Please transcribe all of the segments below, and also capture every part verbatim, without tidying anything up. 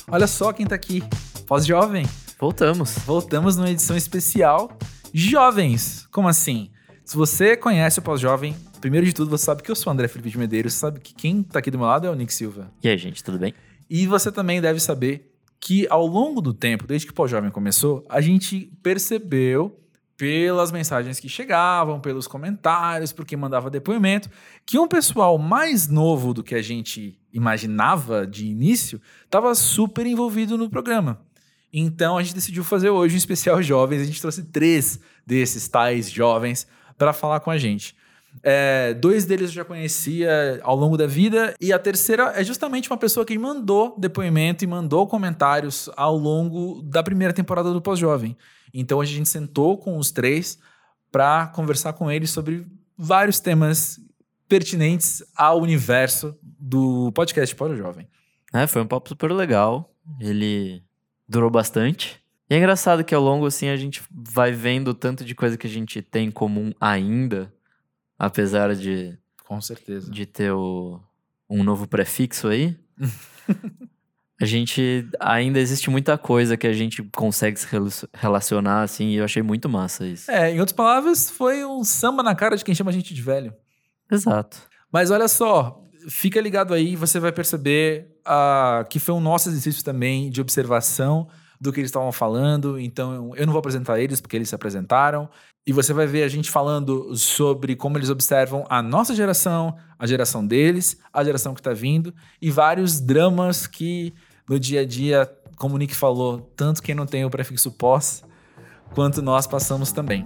Olha só quem tá aqui. Pós-jovem. Voltamos. Voltamos numa edição especial Jovens. Como assim? Se você conhece o Pós-jovem, primeiro de tudo, você sabe que eu sou o André Felipe de Medeiros. Você sabe que quem tá aqui do meu lado é o Nick Silva. E aí, gente, tudo bem? E você também deve saber que ao longo do tempo, desde que o Pós-jovem começou, a gente percebeu pelas mensagens que chegavam, pelos comentários, por quem mandava depoimento, que um pessoal mais novo do que a gente imaginava de início estava super envolvido no programa. Então a gente decidiu fazer hoje um especial jovens. A gente trouxe três desses tais jovens para falar com a gente. É, dois deles eu já conhecia ao longo da vida, e a terceira é justamente uma pessoa que mandou depoimento e mandou comentários ao longo da primeira temporada do Pós-jovem. Então a gente sentou com os três para conversar com eles sobre vários temas pertinentes ao universo do podcast Pós-jovem. É, foi um papo super legal. Ele durou bastante. E é engraçado que ao longo, assim, a gente vai vendo o tanto de coisa que a gente tem em comum ainda, apesar de... Com certeza. De ter o, um novo prefixo aí. A gente... Ainda existe muita coisa que a gente consegue se relacionar, assim, e eu achei muito massa isso. É, em outras palavras, foi um samba na cara de quem chama a gente de velho. Exato. Mas olha só, fica ligado aí, você vai perceber uh, que foi um nosso exercício também de observação do que eles estavam falando. Então eu não vou apresentar eles porque eles se apresentaram, e você vai ver a gente falando sobre como eles observam a nossa geração, a geração deles, a geração que está vindo, e vários dramas que no dia a dia, como o Nick falou, tanto quem não tem o prefixo pós quanto nós passamos também.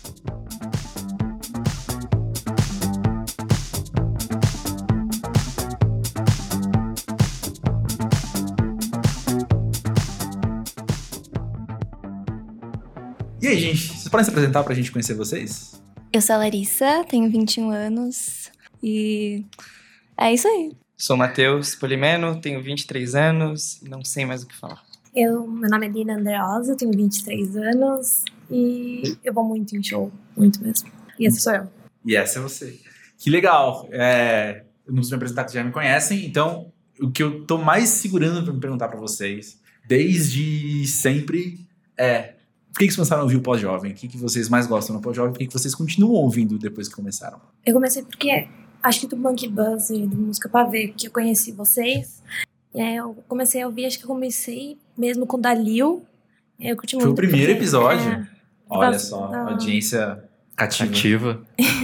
E aí, gente, vocês podem se apresentar pra gente conhecer vocês? Eu sou a Larissa, tenho vinte e um anos e é isso aí. Sou o Matheus Polimeno, tenho vinte e três anos e não sei mais o que falar. Eu, meu nome é Dina Andreosa, tenho vinte e três anos e eu vou muito em show, muito mesmo. E essa sou eu. E essa é você. Que legal. É, eu não preciso me apresentar, que já me conhecem, então o que eu tô mais segurando pra me perguntar pra vocês, desde sempre, é... Por que vocês começaram a ouvir o Pós-jovem? O que vocês mais gostam no Pós-jovem? Por que vocês continuam ouvindo depois que começaram? Eu comecei porque, acho que do Monkey Buzz e do Música Pra Ver, que eu conheci vocês. E aí eu comecei a ouvir, acho que eu comecei mesmo com o Dalil. Eu curti muito. Foi o primeiro porque, episódio? É, Olha da, só, da... audiência cativa. Cativa.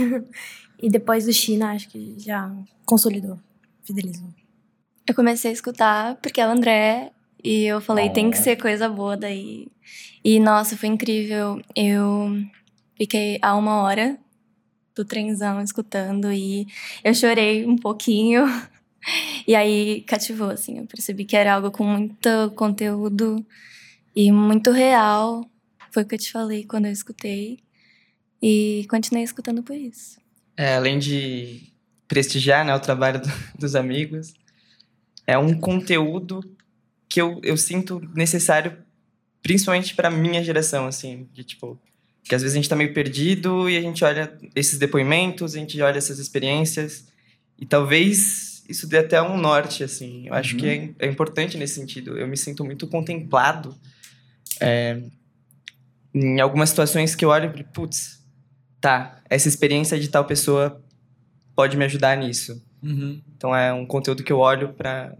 E depois do China, acho que já consolidou, fidelizou. Eu comecei a escutar porque é o André, e eu falei, oh. tem que ser coisa boa daí. E, nossa, foi incrível. Eu fiquei a uma hora do trenzão escutando e eu chorei um pouquinho. E aí cativou, assim. Eu percebi que era algo com muito conteúdo e muito real. Foi o que eu te falei quando eu escutei. E continuei escutando por isso. É, além de prestigiar, né, o trabalho do, dos amigos, é um conteúdo que eu, eu sinto necessário, principalmente pra minha geração, assim, de tipo, que às vezes a gente tá meio perdido e a gente olha esses depoimentos, a gente olha essas experiências e talvez isso dê até um norte, assim. Eu acho uhum. que é, é importante nesse sentido. Eu me sinto muito contemplado é, em algumas situações que eu olho e falo, putz, tá, essa experiência de tal pessoa pode me ajudar nisso. Uhum. Então é um conteúdo que eu olho pra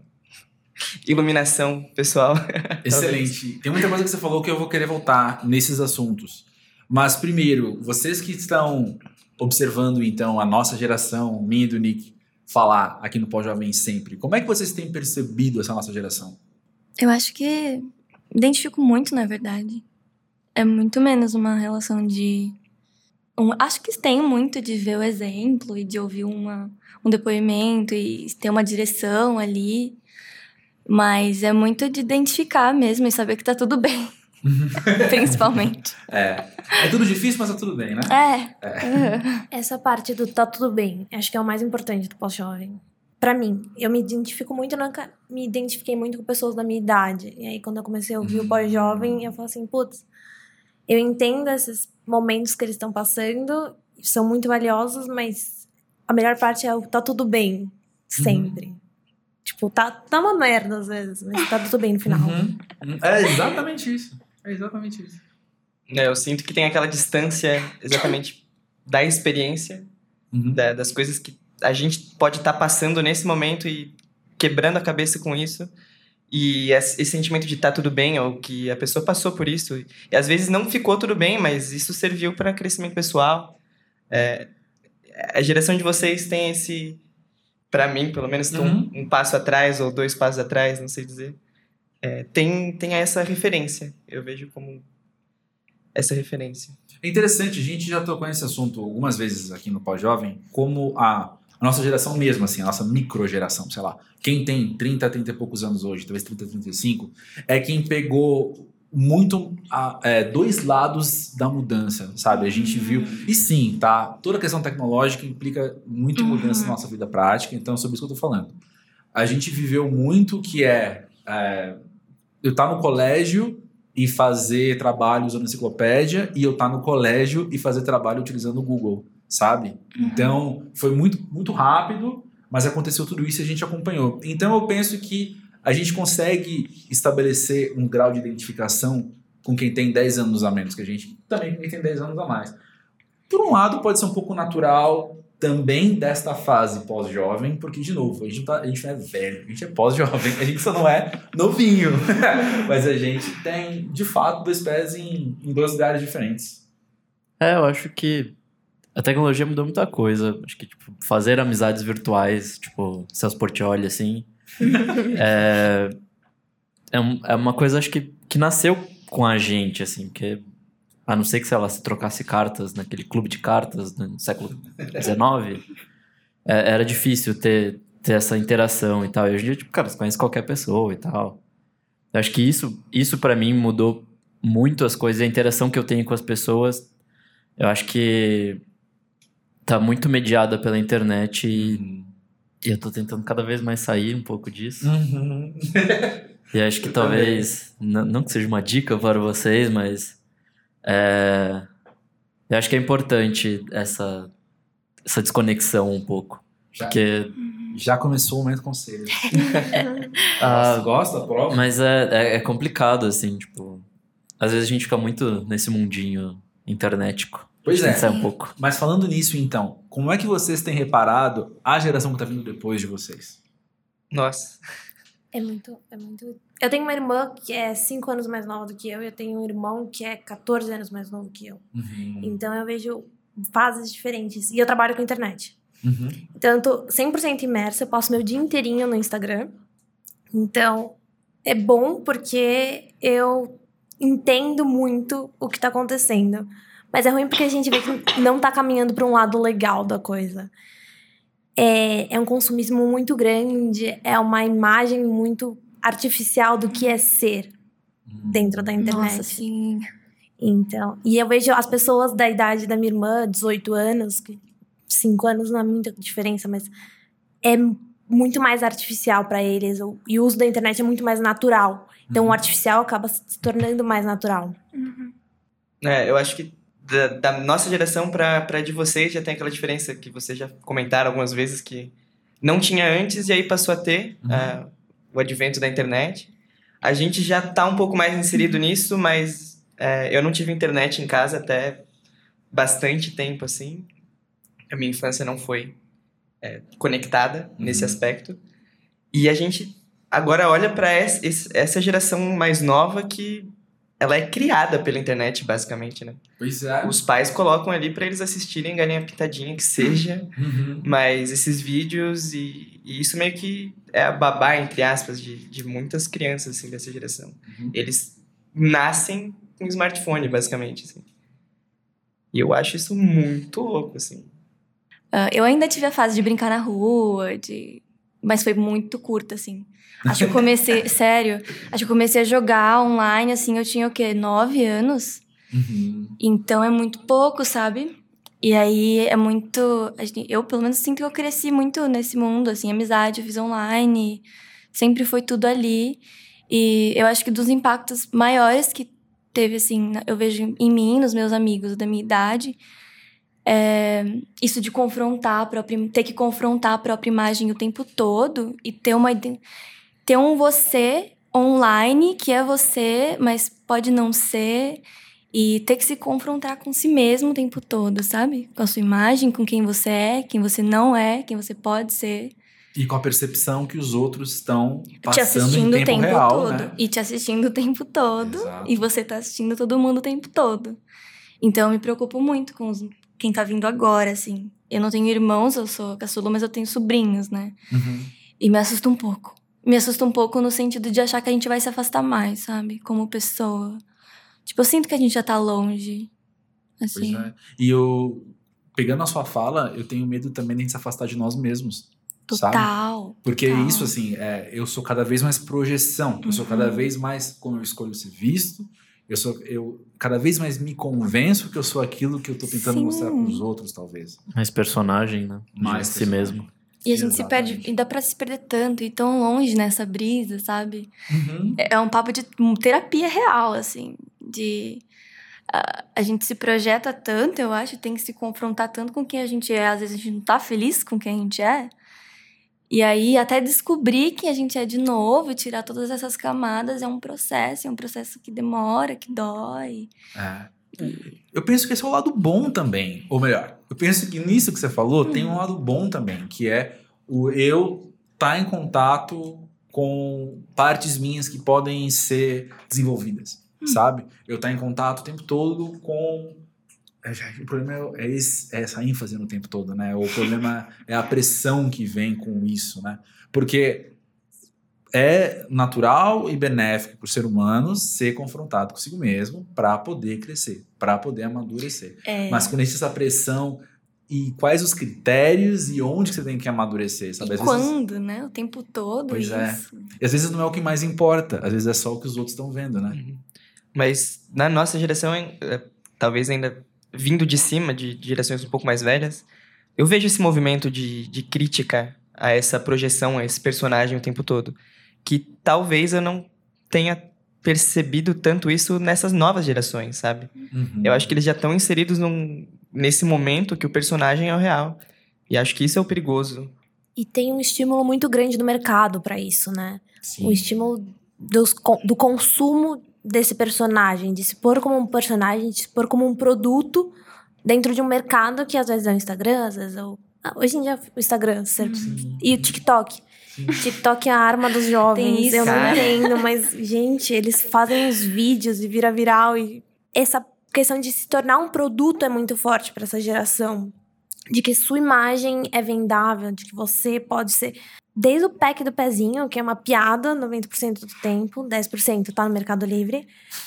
iluminação pessoal. Excelente. Tem muita coisa que você falou que eu vou querer voltar nesses assuntos. Mas primeiro, vocês que estão observando então a nossa geração, minha e do Nick, falar aqui no Pós-jovem sempre, como é que vocês têm percebido essa nossa geração? Eu acho que identifico muito, na verdade. É muito menos uma relação de... Um, acho que tem muito de ver o exemplo e de ouvir uma, um depoimento e ter uma direção ali. Mas é muito de identificar mesmo e saber que tá tudo bem. Principalmente. É. É tudo difícil, mas tá tudo bem, né? É. é. Uhum. Essa parte do tá tudo bem, acho que é o mais importante do Pós-jovem. Pra mim, eu me identifico muito, eu nunca me identifiquei muito com pessoas da minha idade. E aí, quando eu comecei a ouvir hum. o Pós-jovem, eu falo assim, putz, eu entendo esses momentos que eles estão passando, são muito valiosos, mas a melhor parte é o tá tudo bem, sempre. Uhum. Tipo, tá, tá uma merda às vezes, mas tá tudo bem no final. Uhum. É exatamente isso. É exatamente isso. É, eu sinto que tem aquela distância exatamente da experiência, Uhum. da- das coisas que a gente pode estar passando nesse momento e quebrando a cabeça com isso. E esse esse sentimento de estar tudo bem, ou que a pessoa passou por isso. E às vezes não ficou tudo bem, mas isso serviu para crescimento pessoal. É, a geração de vocês tem esse, para mim, pelo menos, tô Uhum. um, um passo atrás ou dois passos atrás, não sei dizer. É, tem, tem essa referência. Eu vejo como essa referência. É interessante, a gente já tocou nesse assunto algumas vezes aqui no Pós-Jovem, como a, a nossa geração mesmo, assim, a nossa microgeração, sei lá. Quem tem trinta, trinta e poucos anos hoje, talvez trinta, trinta e cinco, é quem pegou muito a, é, dois lados da mudança, sabe? A gente viu... E sim, tá? Toda a questão tecnológica implica muito mudança na nossa vida prática, então é sobre isso que eu tô falando. A gente viveu muito que é... é eu estar no colégio e fazer trabalho usando enciclopédia, e eu estar no colégio e fazer trabalho utilizando o Google, sabe? Então, foi muito, muito rápido, mas aconteceu tudo isso e a gente acompanhou. Então, eu penso que a gente consegue estabelecer um grau de identificação com quem tem dez anos a menos que a gente, também com quem tem dez anos a mais. Por um lado, pode ser um pouco natural também desta fase pós-jovem, porque, de novo, a gente, não tá, a gente não é velho, a gente é pós-jovem, a gente só não é novinho. Mas a gente tem, de fato, dois pés em, em dois lugares diferentes. É, eu acho que a tecnologia mudou muita coisa. Acho que, tipo, fazer amizades virtuais, tipo, Celso Portiolli, assim, é, é, um- é uma coisa, acho que, que nasceu com a gente, assim, porque, a não ser que, sei lá, se trocasse cartas naquele clube de cartas no século dezenove, é, era difícil ter, ter essa interação e tal. E hoje em dia, tipo, cara, você conhece qualquer pessoa e tal. Eu acho que isso, isso para mim mudou muito as coisas. A interação que eu tenho com as pessoas, eu acho que tá muito mediada pela internet e, e eu tô tentando cada vez mais sair um pouco disso. Uhum. E acho que Eu talvez, n- não que seja uma dica para vocês, mas é, eu acho que é importante essa, essa desconexão um pouco. Já, Porque, já começou o momento conselho. ah, Nossa, gosta da prova? mas é, é, é complicado, assim, tipo... Às vezes a gente fica muito nesse mundinho internetico. Pois a gente é. sai um pouco. Mas falando nisso, então, como é que vocês têm reparado a geração que tá vindo depois de vocês? Nossa. É muito, é muito... Eu tenho uma irmã que é cinco anos mais nova do que eu e eu tenho um irmão que é catorze anos mais novo que eu. Uhum. Então eu vejo fases diferentes. E eu trabalho com internet. Uhum. Então eu tô cem por cento imersa, eu passo meu dia inteirinho no Instagram. Então é bom porque eu entendo muito o que tá acontecendo. Mas é ruim porque a gente vê que não tá caminhando para um lado legal da coisa. É, é um consumismo muito grande, é uma imagem muito artificial do que é ser dentro da internet. Nossa, sim. Então, e eu vejo as pessoas da idade da minha irmã, dezoito anos, que cinco anos não é muita diferença, mas é muito mais artificial para eles. o- E o uso da internet é muito mais natural. Então, Uhum. o artificial acaba se tornando mais natural. É, eu acho que da, da nossa geração para a de vocês já tem aquela diferença que vocês já comentaram algumas vezes que não tinha antes e aí passou a ter Uhum. ah, o advento da internet. A gente já tá um pouco mais inserido nisso, mas é, eu não tive internet em casa até bastante tempo, assim. A minha infância não foi é, conectada nesse Uhum. aspecto. E a gente agora olha para essa geração mais nova que ela é criada pela internet, basicamente, né? Pois é. Os pais colocam ali para eles assistirem Galinha Pitadinha, que seja, Uhum. mas esses vídeos e, e isso meio que é a babá, entre aspas, de, de muitas crianças, assim, dessa geração. Uhum. Eles nascem com smartphone, basicamente, assim. E eu acho isso muito louco, assim. Ah, eu ainda tive a fase de brincar na rua, de... mas foi muito curta, assim. Acho que eu comecei, sério, acho que eu comecei a jogar online, assim, eu tinha o quê? Nove anos? Uhum. Então é muito pouco, sabe? E aí é muito... a gente- Eu, pelo menos, sinto que eu cresci muito nesse mundo, assim, amizade, eu fiz online, sempre foi tudo ali. E eu acho que dos impactos maiores que teve, assim, na- eu vejo em mim, nos meus amigos da minha idade, é, isso de confrontar a própria, ter que confrontar a própria imagem o tempo todo e ter uma ter um você online que é você, mas pode não ser, e ter que se confrontar com si mesmo o tempo todo, sabe? Com a sua imagem, com quem você é, quem você não é, quem você pode ser. E com a percepção que os outros estão Te passando assistindo em tempo o tempo real, todo. né? E te assistindo o tempo todo. Exato. E você tá assistindo todo mundo o tempo todo. Então, eu me preocupo muito com os, quem tá vindo agora, assim. Eu não tenho irmãos, eu sou caçula, mas eu tenho sobrinhos, né? Uhum. E me assusta um pouco. Me assusta um pouco no sentido de achar que a gente vai se afastar mais, sabe? Como pessoa. Tipo, eu sinto que a gente já tá longe. Assim. Pois é. E eu, pegando a sua fala, eu tenho medo também de a gente se afastar de nós mesmos. Sabe? Total. Porque total. isso, assim, é, eu sou cada vez mais projeção. Eu sou cada Uhum. vez mais, como eu escolho ser visto, eu sou eu cada vez mais me convenço que eu sou aquilo que eu tô tentando Sim. mostrar pros outros, talvez. Mais personagem, né? Mais de si personagem. mesmo. E a gente Exatamente. se perde, e dá pra se perder tanto, e tão longe nessa brisa, sabe? Uhum. É um papo de terapia real, assim, de... A, a gente se projeta tanto, eu acho, tem que se confrontar tanto com quem a gente é. Às vezes a gente não tá feliz com quem a gente é. E aí, até descobrir quem a gente é de novo e tirar todas essas camadas é um processo, é um processo que demora, que dói. É. Eu penso que esse é o lado bom também. Ou melhor, eu penso que nisso que você falou tem um lado bom também, que é o eu estar em contato com partes minhas que podem ser desenvolvidas, Hum. sabe? Eu estar em contato o tempo todo com... O problema é, esse, é essa ênfase no tempo todo, né? O problema é a pressão que vem com isso, né? Porque é natural e benéfico para o ser humano ser confrontado consigo mesmo para poder crescer, para poder amadurecer. É. Mas quando existe essa pressão e quais os critérios e onde que você tem que amadurecer, sabe? E Às vezes, quando, né? O tempo todo, Pois isso. é. e às vezes não é o que mais importa, às vezes é só o que os outros estão vendo, né? Uhum. Mas na nossa geração, é, talvez ainda vindo de cima, de, de gerações um pouco mais velhas, eu vejo esse movimento de, de crítica a essa projeção, a esse personagem o tempo todo. Que talvez eu não tenha percebido tanto isso nessas novas gerações, sabe? Uhum. Eu acho que eles já estão inseridos num, nesse momento que o personagem é o real. E acho que isso é o perigoso. E tem um estímulo muito grande do mercado pra isso, né? Sim. O estímulo dos, do consumo desse personagem, de se pôr como um personagem, de se pôr como um produto dentro de um mercado que às vezes é o Instagram, às vezes é o... Ah, hoje em dia o Instagram, certo? Sim. E o TikTok. Sim. TikTok é a arma dos jovens. Tem isso, eu não cara. entendo, mas, gente, eles fazem os vídeos e vira viral. E essa questão de se tornar um produto é muito forte pra essa geração. De que sua imagem é vendável, de que você pode ser... Desde o pack do pezinho, que é uma piada noventa por cento do tempo, dez por cento tá no Mercado Livre,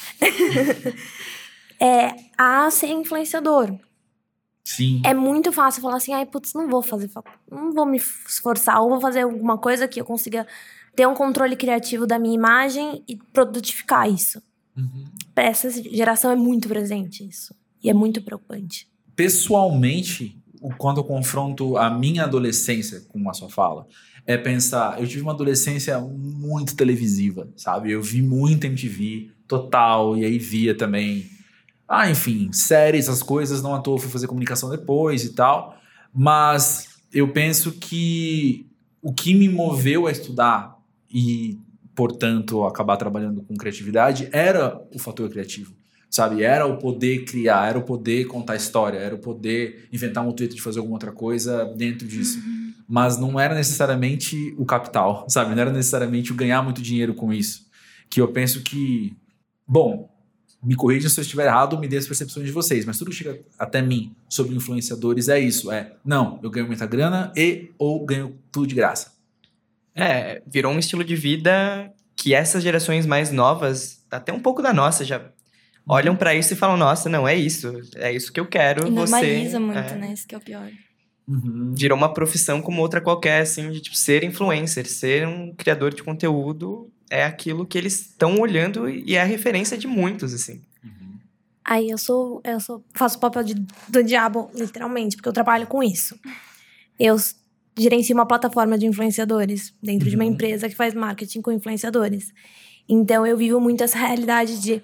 é, a ser influenciador. Sim. É muito fácil falar assim, ai, putz, não vou fazer, fac- não vou me esforçar, ou vou fazer alguma coisa que eu consiga ter um controle criativo da minha imagem e produtificar isso. Uhum. Pra essa geração é muito presente isso. E é muito preocupante. Pessoalmente, o- quando eu confronto a minha adolescência com a sua fala, é pensar, eu tive uma adolescência muito televisiva, sabe? Eu vi muito M T V, total, e aí via também, ah, enfim, séries, essas coisas, não à toa fui fazer comunicação depois e tal, mas eu penso que o que me moveu a estudar e, portanto, acabar trabalhando com criatividade era o fator criativo. Sabe, era o poder criar, era o poder contar história, era o poder inventar um jeito de fazer alguma outra coisa dentro disso. Uhum. Mas não era necessariamente o capital, sabe? Não era necessariamente o ganhar muito dinheiro com isso. Que eu penso que, bom, me corrijam se eu estiver errado, me dê as percepções de vocês, mas tudo que chega até mim sobre influenciadores é isso, é, não, eu ganho muita grana e ou ganho tudo de graça. É, virou um estilo de vida que essas gerações mais novas, até um pouco da nossa, já olham pra isso e falam, nossa, não, é isso, é isso que eu quero. E normaliza você, muito, é. né? Isso que é o pior. Uhum. Virou uma profissão como outra qualquer, assim, de tipo, ser influencer, ser um criador de conteúdo é aquilo que eles estão olhando e é a referência de muitos, assim. Uhum. Aí eu sou, eu sou, faço o papel de, do diabo, literalmente, porque eu trabalho com isso. Eu s- gerencio uma plataforma de influenciadores dentro de uma Uhum. empresa que faz marketing com influenciadores. Então eu vivo muito essa realidade de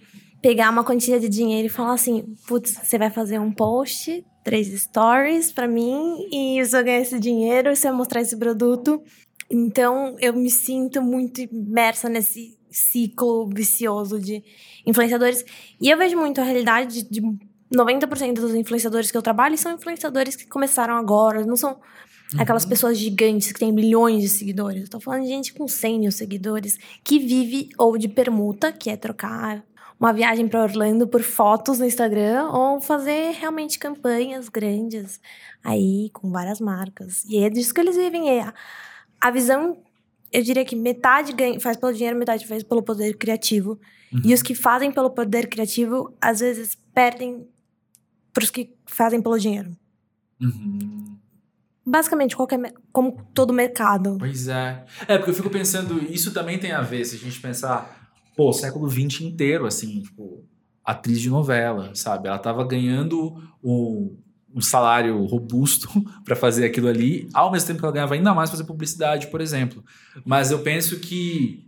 pegar uma quantia de dinheiro e falar assim, putz, você vai fazer um post, três stories pra mim e você vai ganhar esse dinheiro e você vai mostrar esse produto. Então, eu me sinto muito imersa nesse ciclo vicioso de influenciadores. E eu vejo muito a realidade de noventa por cento dos influenciadores que eu trabalho são influenciadores que começaram agora, não são aquelas pessoas gigantes que têm milhões de seguidores. Eu tô falando de gente com cem mil seguidores que vive ou de permuta, que é trocar uma viagem para Orlando por fotos no Instagram, ou fazer realmente campanhas grandes aí com várias marcas. E é disso que eles vivem. É a visão, eu diria que metade ganha, faz pelo dinheiro, metade faz pelo poder criativo. Uhum. E os que fazem pelo poder criativo, às vezes, perdem para os que fazem pelo dinheiro. Uhum. Basicamente, qualquer, como todo mercado. Pois é. É, porque eu fico pensando, isso também tem a ver, se a gente pensar, pô, século vinte inteiro, assim, tipo, atriz de novela, sabe? Ela tava ganhando um, um salário robusto para fazer aquilo ali, ao mesmo tempo que ela ganhava ainda mais pra fazer publicidade, por exemplo. Mas eu penso que,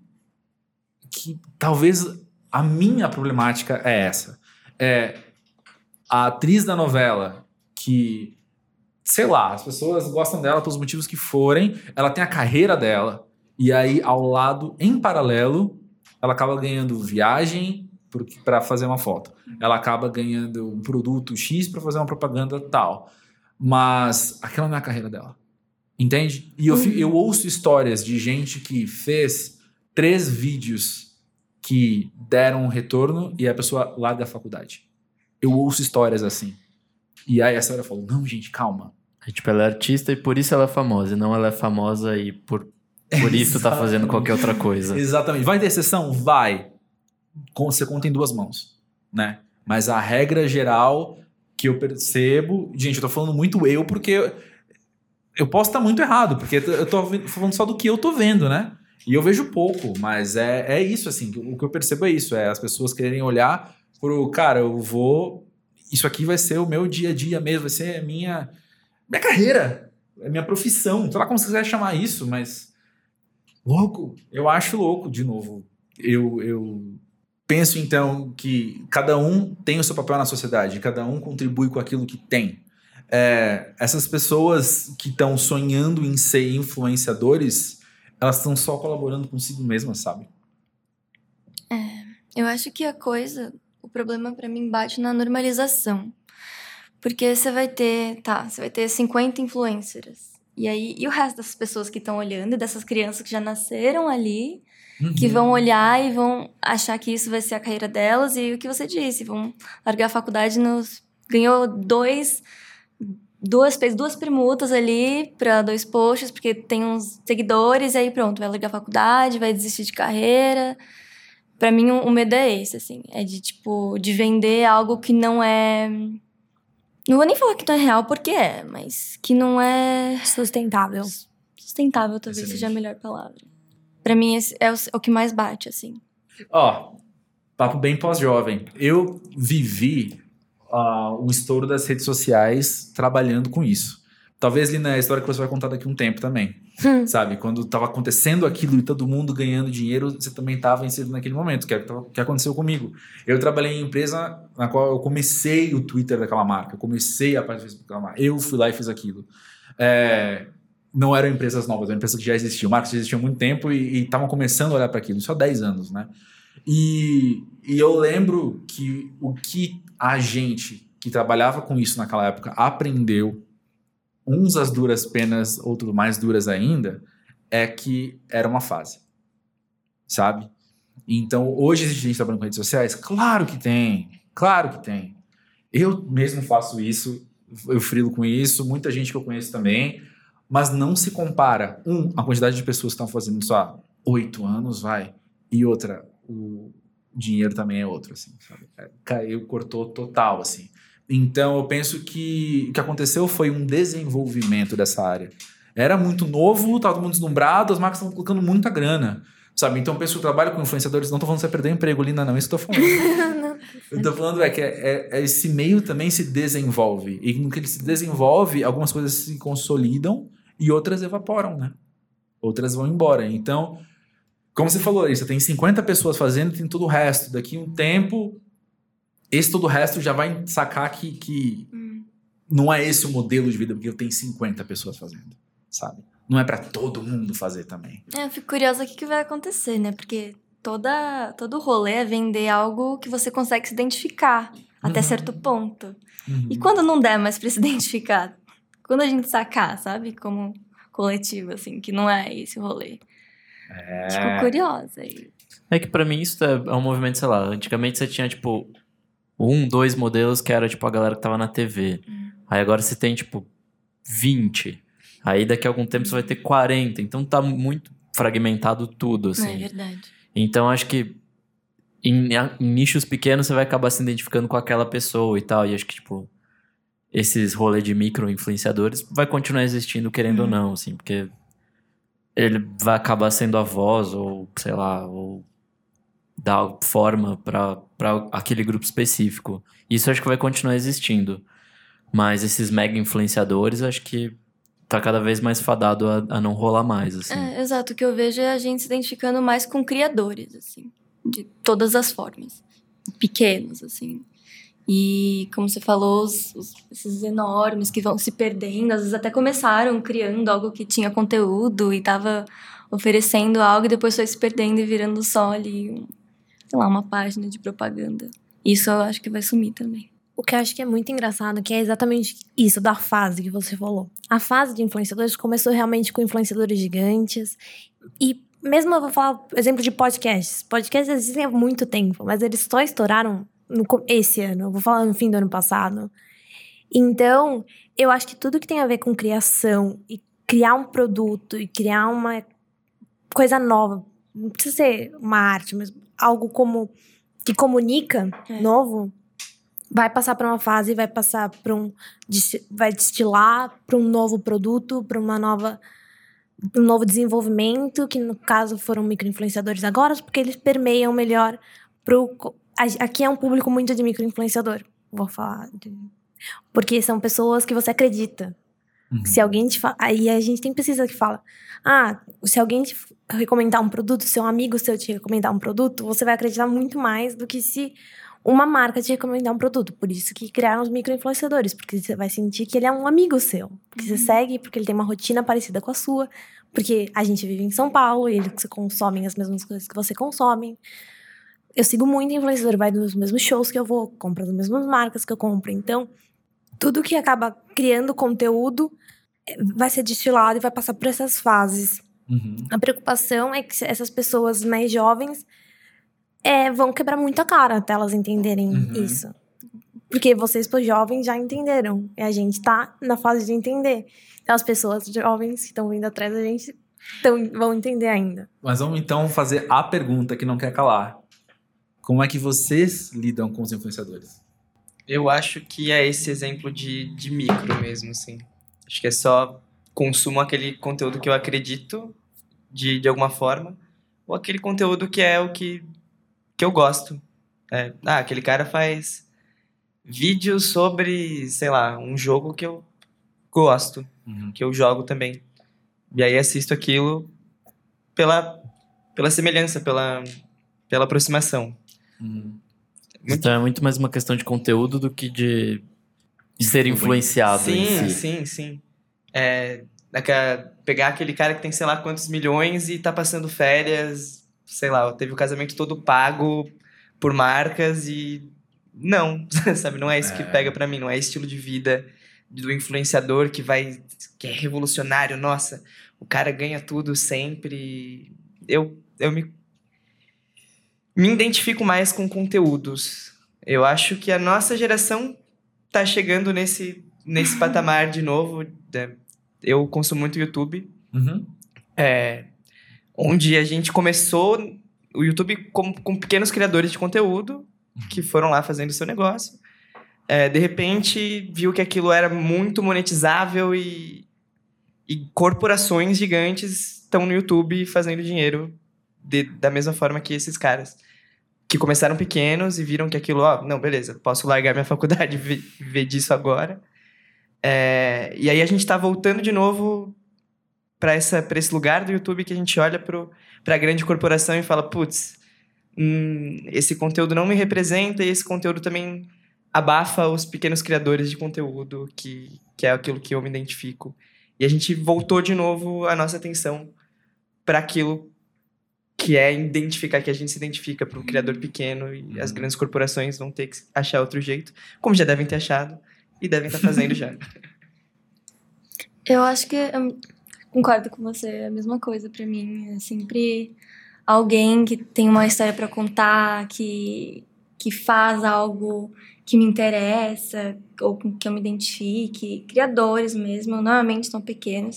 que talvez a minha problemática é essa. É a atriz da novela que, sei lá, as pessoas gostam dela pelos motivos que forem, ela tem a carreira dela, e aí, ao lado, em paralelo, ela acaba ganhando viagem para fazer uma foto. Ela acaba ganhando um produto X para fazer uma propaganda tal. Mas aquela não é a carreira dela. Entende? E eu, uhum. eu ouço histórias de gente que fez três vídeos que deram um retorno e a pessoa larga a faculdade. Eu ouço histórias assim. E aí a senhora falou, não, gente, calma. É, tipo, ela é artista e por isso ela é famosa. E não ela é famosa e por... Por isso tá fazendo qualquer outra coisa. Exatamente. Vai ter exceção? Vai. Você conta em duas mãos, né? Mas a regra geral que eu percebo... Gente, eu tô falando muito eu porque... Eu posso estar muito errado, porque eu tô falando só do que eu tô vendo, né? E eu vejo pouco, mas é, é isso, assim. O que eu percebo é isso. É as pessoas quererem olhar pro... Cara, eu vou... Isso aqui vai ser o meu dia a dia mesmo. Vai ser a minha... Minha carreira. É minha profissão. Sei lá como você quiser chamar isso, mas... Louco, eu acho louco, de novo. Eu, eu penso, então, que cada um tem o seu papel na sociedade, cada um contribui com aquilo que tem. É, essas pessoas que estão sonhando em ser influenciadores, elas estão só colaborando consigo mesmas, sabe? É, eu acho que a coisa, o problema pra mim bate na normalização. Porque você vai ter, tá, você vai ter cinquenta influencers. E aí, e o resto dessas pessoas que estão olhando, dessas crianças que já nasceram ali, uhum. que vão olhar e vão achar que isso vai ser a carreira delas, e o que você disse, vão largar a faculdade, nos, ganhou dois, duas, fez duas permutas ali para dois posts, porque tem uns seguidores, e aí pronto, vai largar a faculdade, vai desistir de carreira. Pra mim, o, o medo é esse, assim, é de, tipo, de vender algo que não é... Não vou nem falar que não é real, porque é, mas que não é... Sustentável. Sustentável, talvez Excelente. Seja a melhor palavra. Pra mim, esse é o, é o que mais bate, assim. Ó, papo bem pós-jovem. Eu vivi uh, o estouro das redes sociais trabalhando com isso. Talvez, Lina, é a história que você vai contar daqui a um tempo também. Hum. Sabe? Quando tava acontecendo aquilo e todo mundo ganhando dinheiro, você também tava inserido naquele momento, que é o que aconteceu comigo. Eu trabalhei em empresa na qual eu comecei o Twitter daquela marca, eu comecei a parte do Facebook daquela marca. Eu fui lá e fiz aquilo. É, não eram empresas novas, eram empresas que já existiam. Marcas já existiam há muito tempo e estavam começando a olhar para aquilo. Só dez anos, né? E, e eu lembro que o que a gente que trabalhava com isso naquela época aprendeu, uns às duras penas, outros mais duras ainda, é que era uma fase, sabe? Então, hoje existe gente trabalhando com redes sociais? Claro que tem, claro que tem. Eu mesmo faço isso, eu frilo com isso, muita gente que eu conheço também, mas não se compara, um, a quantidade de pessoas que estão fazendo isso há oito anos, vai, e outra, o dinheiro também é outro, assim, sabe? Caiu, cortou total, assim. Então, eu penso que o que aconteceu foi um desenvolvimento dessa área. Era muito novo, estava todo mundo deslumbrado, as marcas estavam colocando muita grana, sabe? Então, eu penso que o trabalho com influenciadores, não estou falando que você vai perder o emprego, Lina, não, isso que eu estou falando. não, eu estou falando é que é, é, é esse meio também se desenvolve. E no que ele se desenvolve, algumas coisas se consolidam e outras evaporam, né? Outras vão embora. Então, como você falou, você tem cinquenta pessoas fazendo, tem todo o resto. Daqui a um tempo... esse todo o resto já vai sacar que, que Hum. não é esse o modelo de vida, porque eu tenho cinquenta pessoas fazendo, sabe? Não é pra todo mundo fazer também. É, eu fico curiosa o que, que vai acontecer, né? Porque toda, todo rolê é vender algo que você consegue se identificar até Uhum. certo ponto. Uhum. E quando não der mais pra se identificar? Quando a gente sacar, sabe? Como coletivo, assim, que não é esse o rolê. É. Fico curiosa aí. É que pra mim isso é, é um movimento, sei lá, antigamente você tinha, tipo, um, dois modelos que era, tipo, a galera que tava na T V. Hum. Aí agora você tem, tipo, vinte. Aí daqui a algum tempo você vai ter quarenta. Então tá muito fragmentado tudo, Não, assim. é verdade. Então acho que em, em nichos pequenos você vai acabar se identificando com aquela pessoa e tal. E acho que, tipo, esses rolês de micro-influenciadores vai continuar existindo, querendo ou não, assim, porque ele vai acabar sendo a voz, ou sei lá, ou dar forma pra, pra aquele grupo específico. Isso acho que vai continuar existindo. Mas esses mega influenciadores, acho que tá cada vez mais fadado a, a não rolar mais, assim. É, exato. O que eu vejo é a gente se identificando mais com criadores, assim. De todas as formas. Pequenos, assim. E, como você falou, os, os- esses enormes que vão se perdendo. Às vezes até começaram criando algo que tinha conteúdo e tava oferecendo algo e depois foi se perdendo e virando só ali, um- sei lá, uma página de propaganda. Isso eu acho que vai sumir também. O que eu acho que é muito engraçado, que é exatamente isso, da fase que você falou. A fase de influenciadores começou realmente com influenciadores gigantes. E mesmo eu vou falar exemplo de podcasts. Podcasts existem há muito tempo, mas eles só estouraram no, co- esse ano. Eu vou falar no fim do ano passado. Então, eu acho que tudo que tem a ver com criação e criar um produto e criar uma coisa nova, não precisa ser uma arte, mas algo como que comunica, É. novo, vai passar para uma fase, vai passar para um, desti- vai destilar para um novo produto, para uma nova, um novo desenvolvimento, que no caso foram microinfluenciadores agora, porque eles permeiam melhor pro, co- a- aqui é um público muito de microinfluenciador, vou falar, de- porque são pessoas que você acredita. Uhum. Se alguém te fala. Aí a gente tem pesquisa que fala: ah, se alguém te recomendar um produto, se um amigo seu te recomendar um produto, você vai acreditar muito mais do que se uma marca te recomendar um produto. Por isso que criaram os micro-influenciadores, porque você vai sentir que ele é um amigo seu. Porque você segue, porque ele tem uma rotina parecida com a sua, porque a gente vive em São Paulo e eles consomem as mesmas coisas que você consome. Eu sigo muito influenciador, vai nos mesmos shows que eu vou, compra das mesmas marcas que eu compro. Então, tudo que acaba criando conteúdo eh, vai ser destilado e vai passar por essas fases. Uhum. A preocupação é que essas pessoas mais jovens eh, vão quebrar muito a cara até elas entenderem Uhum. isso. Porque vocês, pô, jovens, já entenderam. E a gente tá na fase de entender. Então, as pessoas jovens que estão vindo atrás da gente tão, vão entender ainda. Mas vamos então fazer a pergunta que não quer calar. Como é que vocês lidam com os influenciadores? Eu acho que é esse exemplo de, de micro mesmo, assim. Acho que é só consumo aquele conteúdo que eu acredito de, de alguma forma, ou aquele conteúdo que é o que, que eu gosto. É, ah, aquele cara faz vídeos sobre, sei lá, um jogo que eu gosto, Uhum. que eu jogo também. E aí assisto aquilo pela, pela semelhança, pela, pela aproximação. Uhum. Então é muito mais uma questão de conteúdo do que de, de ser influenciado em Sim, si. sim, sim. É, daquela- pegar aquele cara que tem sei lá quantos milhões e tá passando férias, sei lá, teve o casamento todo pago por marcas e não, sabe, não é isso que É. pega pra mim, não é estilo de vida do influenciador que vai, que é revolucionário, nossa, o cara ganha tudo sempre. Eu, eu me, me identifico mais com conteúdos. Eu acho que a nossa geração tá chegando nesse, nesse patamar de novo. né? Eu consumo muito YouTube, Uhum. é, onde a gente começou o YouTube com, com pequenos criadores de conteúdo que foram lá fazendo o seu negócio. É, de repente, viu que aquilo era muito monetizável e, e corporações gigantes estão no YouTube fazendo dinheiro de- da mesma forma que esses caras. Que começaram pequenos e viram que aquilo, ó, não, beleza, posso largar minha faculdade e vi- viver disso agora. É, e aí a gente tá voltando de novo para essa, pra esse lugar do YouTube que a gente olha pro, pra grande corporação e fala, putz, hum, esse conteúdo não me representa e esse conteúdo também abafa os pequenos criadores de conteúdo, que, que é aquilo que eu me identifico. E a gente voltou de novo a nossa atenção para aquilo que é identificar, que a gente se identifica para o criador pequeno, e as grandes corporações vão ter que achar outro jeito, como já devem ter achado e devem estar fazendo já. Eu acho que eu concordo com você, é a mesma coisa pra mim. É sempre alguém que tem uma história pra contar, que, que faz algo que me interessa, ou com que eu me identifique. Criadores mesmo, normalmente são pequenos.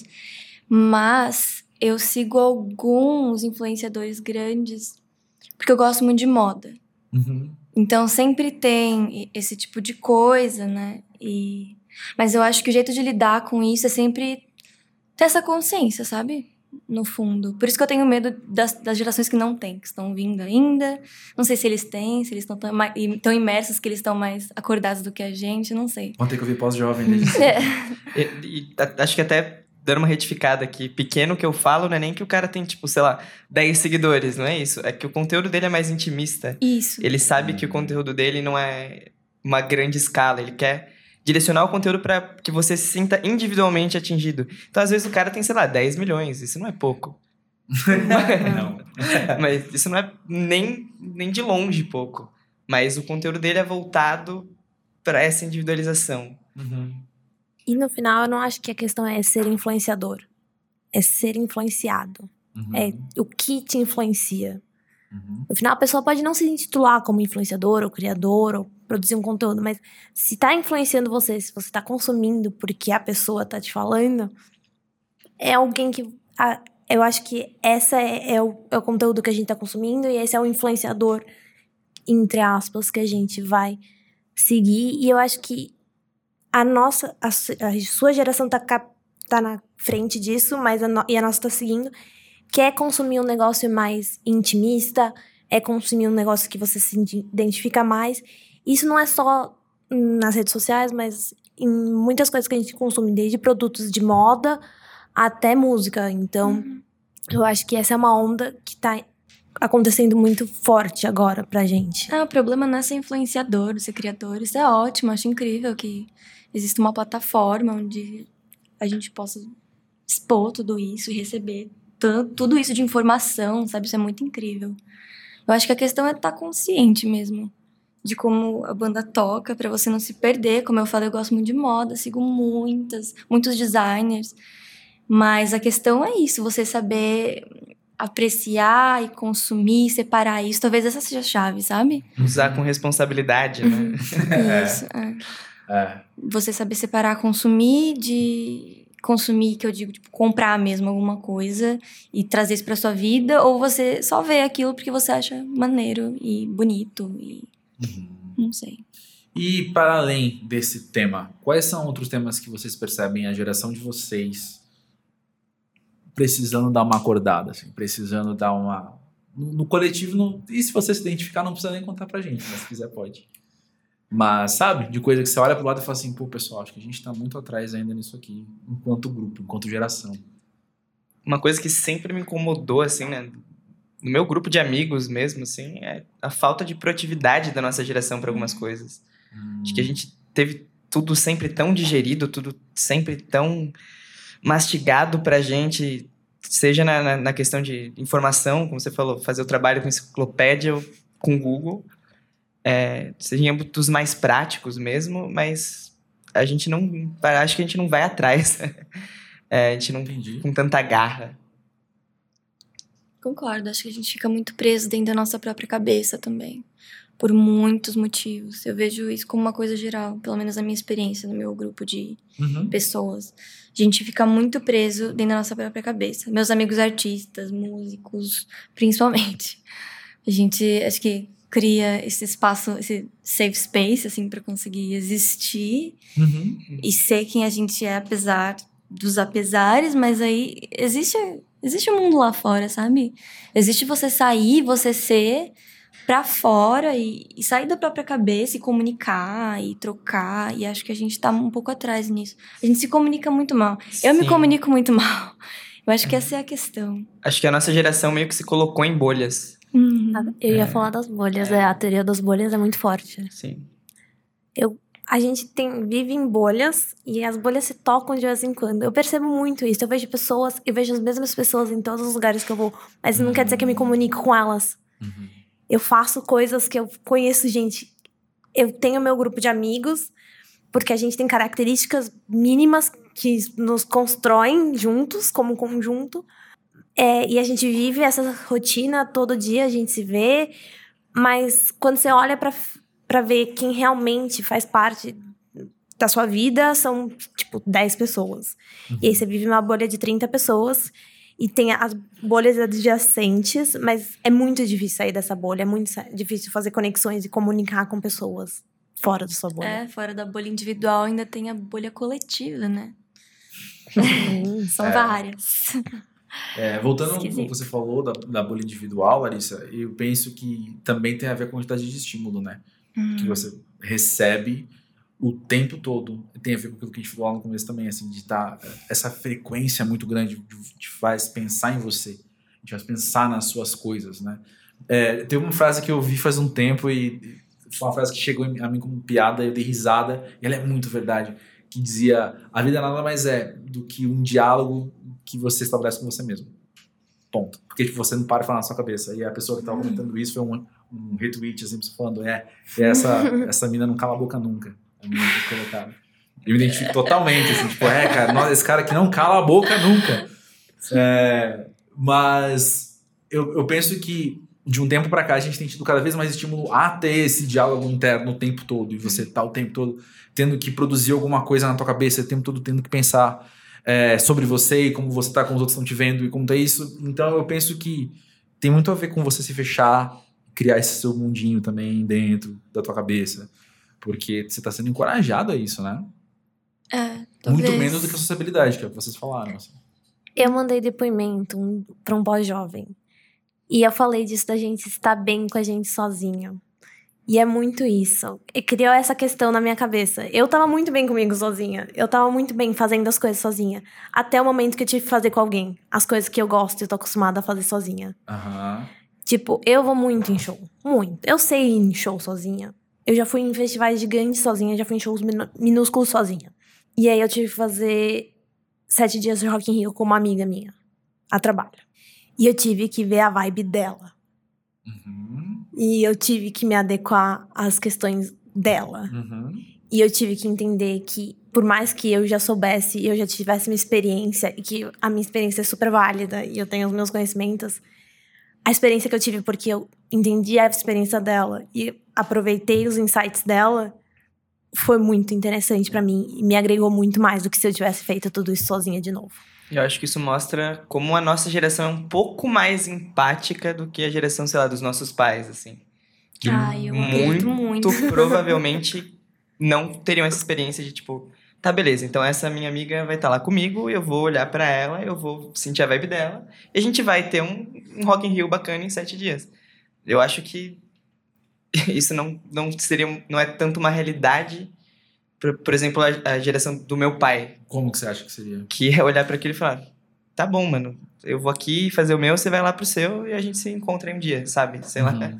Mas eu sigo alguns influenciadores grandes, porque eu gosto muito de moda. Uhum. Então sempre tem esse tipo de coisa, né? E... Mas eu acho que o jeito de lidar com isso é sempre ter essa consciência, sabe? No fundo. Por isso que eu tenho medo das, das gerações que não têm, que estão vindo ainda. Não sei se eles têm, se eles estão tão, tão imersos que eles estão mais acordados do que a gente, não sei. Vão ter que ouvir pós-jovem deles. É. E, e acho que até dando uma retificada aqui, pequeno que eu falo não é nem que o cara tem, tipo, sei lá, dez seguidores, não é isso. É que o conteúdo dele é mais intimista. Isso. Ele sabe que o conteúdo dele não é uma grande escala, ele quer direcionar o conteúdo para que você se sinta individualmente atingido. Então, às vezes, o cara tem, sei lá, dez milhões. Isso não é pouco. Não. Mas isso não é nem, nem de longe pouco. Mas o conteúdo dele é voltado para essa individualização. Uhum. E no final, eu não acho que a questão é ser influenciador. É ser influenciado. Uhum. É o que te influencia. Uhum. No final, a pessoa pode não se intitular como influenciador ou criador ou produzir um conteúdo, mas se tá influenciando você, se você tá consumindo porque a pessoa tá te falando, é alguém que... A, eu acho que essa é, é, o, é o conteúdo que a gente tá consumindo e esse é o influenciador, entre aspas, que a gente vai seguir. E eu acho que a nossa... A, a sua geração tá, tá na frente disso, mas a no, e a nossa tá seguindo... Quer consumir um negócio mais intimista, é consumir um negócio que você se identifica mais. Isso não é só nas redes sociais, mas em muitas coisas que a gente consome, desde produtos de moda até música. Então, uhum. eu acho que essa é uma onda que tá acontecendo muito forte agora pra gente. Ah, o problema não é ser influenciador, ser criador. Isso é ótimo, acho incrível que exista uma plataforma onde a gente possa expor tudo isso e receber tudo isso de informação, sabe? Isso é muito incrível. Eu acho que a questão é estar consciente mesmo de como a banda toca, pra você não se perder. Como eu falei, eu gosto muito de moda, sigo muitas, muitos designers. Mas a questão é isso, você saber apreciar e consumir, separar isso. Talvez essa seja a chave, sabe? Usar com responsabilidade, né? Isso, é. É. Você saber separar consumir de... consumir, que eu digo, tipo, comprar mesmo alguma coisa e trazer isso pra sua vida, ou você só vê aquilo porque você acha maneiro e bonito e... Uhum. Não sei. E para além desse tema, quais são outros temas que vocês percebem a geração de vocês precisando dar uma acordada, assim, precisando dar uma... No, no coletivo, não... e se você se identificar, não precisa nem contar pra gente, mas se quiser pode. Mas, sabe, de coisa que você olha pro lado e fala assim, pô, pessoal, acho que a gente tá muito atrás ainda nisso aqui, enquanto grupo, enquanto geração. Uma coisa que sempre me incomodou, assim, né, no meu grupo de amigos mesmo, assim, é a falta de proatividade da nossa geração para algumas coisas. Hum. Acho que a gente teve tudo sempre tão digerido, tudo sempre tão mastigado pra gente, seja na, na, na questão de informação, como você falou, fazer o trabalho com enciclopédia ou com Google, é, seja em âmbitos mais práticos mesmo, mas a gente não, acho que a gente não vai atrás, é, a gente não Entendi. Com tanta garra. Concordo, acho que a gente fica muito preso dentro da nossa própria cabeça também, por muitos motivos. Eu vejo isso como uma coisa geral, pelo menos na minha experiência, no meu grupo de uhum. pessoas. A gente fica muito preso dentro da nossa própria cabeça. Meus amigos artistas, músicos, principalmente. A gente, acho que cria esse espaço, esse safe space, assim, pra conseguir existir uhum. e ser quem a gente é, apesar dos apesares, mas aí existe, existe um mundo lá fora, sabe? Existe você sair, você ser pra fora e, e sair da própria cabeça e comunicar e trocar, e acho que a gente tá um pouco atrás nisso. A gente se comunica muito mal. Sim. Eu me comunico muito mal. Eu acho que essa é a questão. Acho que a nossa geração meio que se colocou em bolhas. Uhum. Eu ia É. falar das bolhas, é. A teoria das bolhas é muito forte. Sim. A gente tem, vive em bolhas e as bolhas se tocam de vez em quando. Eu percebo muito isso. Eu vejo pessoas, eu vejo as mesmas pessoas em todos os lugares que eu vou, mas não quer dizer que eu me comunico com elas. Uhum. Eu faço coisas que eu conheço gente. Eu tenho meu grupo de amigos, porque a gente tem características mínimas que nos constroem juntos, como conjunto. É, e a gente vive essa rotina todo dia, a gente se vê. Mas quando você olha pra, pra ver quem realmente faz parte da sua vida, são, tipo, dez pessoas. Uhum. E aí você vive uma bolha de trinta pessoas. E tem as bolhas adjacentes, mas é muito difícil sair dessa bolha. É muito sa- difícil fazer conexões e comunicar com pessoas fora da sua bolha. É, fora da bolha individual ainda tem a bolha coletiva, né? São É. várias. É, voltando ao que Esquisito. você falou da, da bolha individual, Larissa, eu penso que também tem a ver com a quantidade de estímulo, né? Que você recebe o tempo todo. Tem a ver com aquilo que a gente falou lá no começo também, assim, de estar... Essa frequência muito grande te faz pensar em você, te faz pensar nas suas coisas, né? É, tem uma frase que eu vi faz um tempo e foi uma frase que chegou a mim como piada, eu dei risada, e ela é muito verdade, que dizia: a vida nada mais é do que um diálogo que você estabelece com você mesmo. Ponto. Porque tipo, você não para de falar na sua cabeça. E a pessoa que estava comentando isso foi um, um retweet, assim, falando: é, é essa, essa mina não cala a boca nunca. A mina que colocaram. Eu me identifico totalmente, assim, tipo, é, cara, nós, esse cara que não cala a boca nunca. É, mas eu, eu penso que de um tempo pra cá a gente tem tido cada vez mais estímulo a ter esse diálogo interno o tempo todo. E você tá o tempo todo tendo que produzir alguma coisa na tua cabeça, o tempo todo tendo que pensar é, sobre você e como você tá, como os outros estão te vendo e como tá isso. Então eu penso que tem muito a ver com você se fechar, criar esse seu mundinho também dentro da tua cabeça. Porque você tá sendo encorajado a isso, né? É, Muito talvez. menos do que a sociabilidade, que é o que vocês falaram. Assim. Eu mandei depoimento um, pra um pós-jovem. E eu falei disso da gente estar bem com a gente sozinho. E é muito isso. E criou essa questão na minha cabeça. Eu tava muito bem comigo sozinha. Eu tava muito bem fazendo as coisas sozinha. Até o momento que eu tive que fazer com alguém. As coisas que eu gosto e tô acostumada a fazer sozinha. Aham. Tipo, eu vou muito em show. Muito. Eu sei ir em show sozinha. Eu já fui em festivais gigantes sozinha. Já fui em shows minu- minúsculos sozinha. E aí eu tive que fazer sete dias de Rock in Rio com uma amiga minha. A trabalho. E eu tive que ver a vibe dela. Uhum. E eu tive que me adequar às questões dela. Uhum. E eu tive que entender que, por mais que eu já soubesse, eu já tivesse uma experiência, e que a minha experiência é super válida, e eu tenho os meus conhecimentos, a experiência que eu tive porque eu entendi a experiência dela e aproveitei os insights dela, foi muito interessante pra mim. E me agregou muito mais do que se eu tivesse feito tudo isso sozinha de novo. Eu acho que isso mostra como a nossa geração é um pouco mais empática do que a geração, sei lá, dos nossos pais, assim. Que Ai, eu acredito muito. provavelmente não teriam essa experiência de, tipo, tá, beleza, então essa minha amiga vai estar lá comigo, eu vou olhar pra ela, eu vou sentir a vibe dela, e a gente vai ter um, um Rock in Rio bacana em sete dias. Eu acho que isso não, não seria, não é tanto uma realidade. Por, por exemplo, a, a geração do meu pai, Como que você acha que seria? que é olhar pra aquilo e falar: tá bom, mano, eu vou aqui fazer o meu, você vai lá pro seu e a gente se encontra em um dia, sabe? Sei lá. Uhum.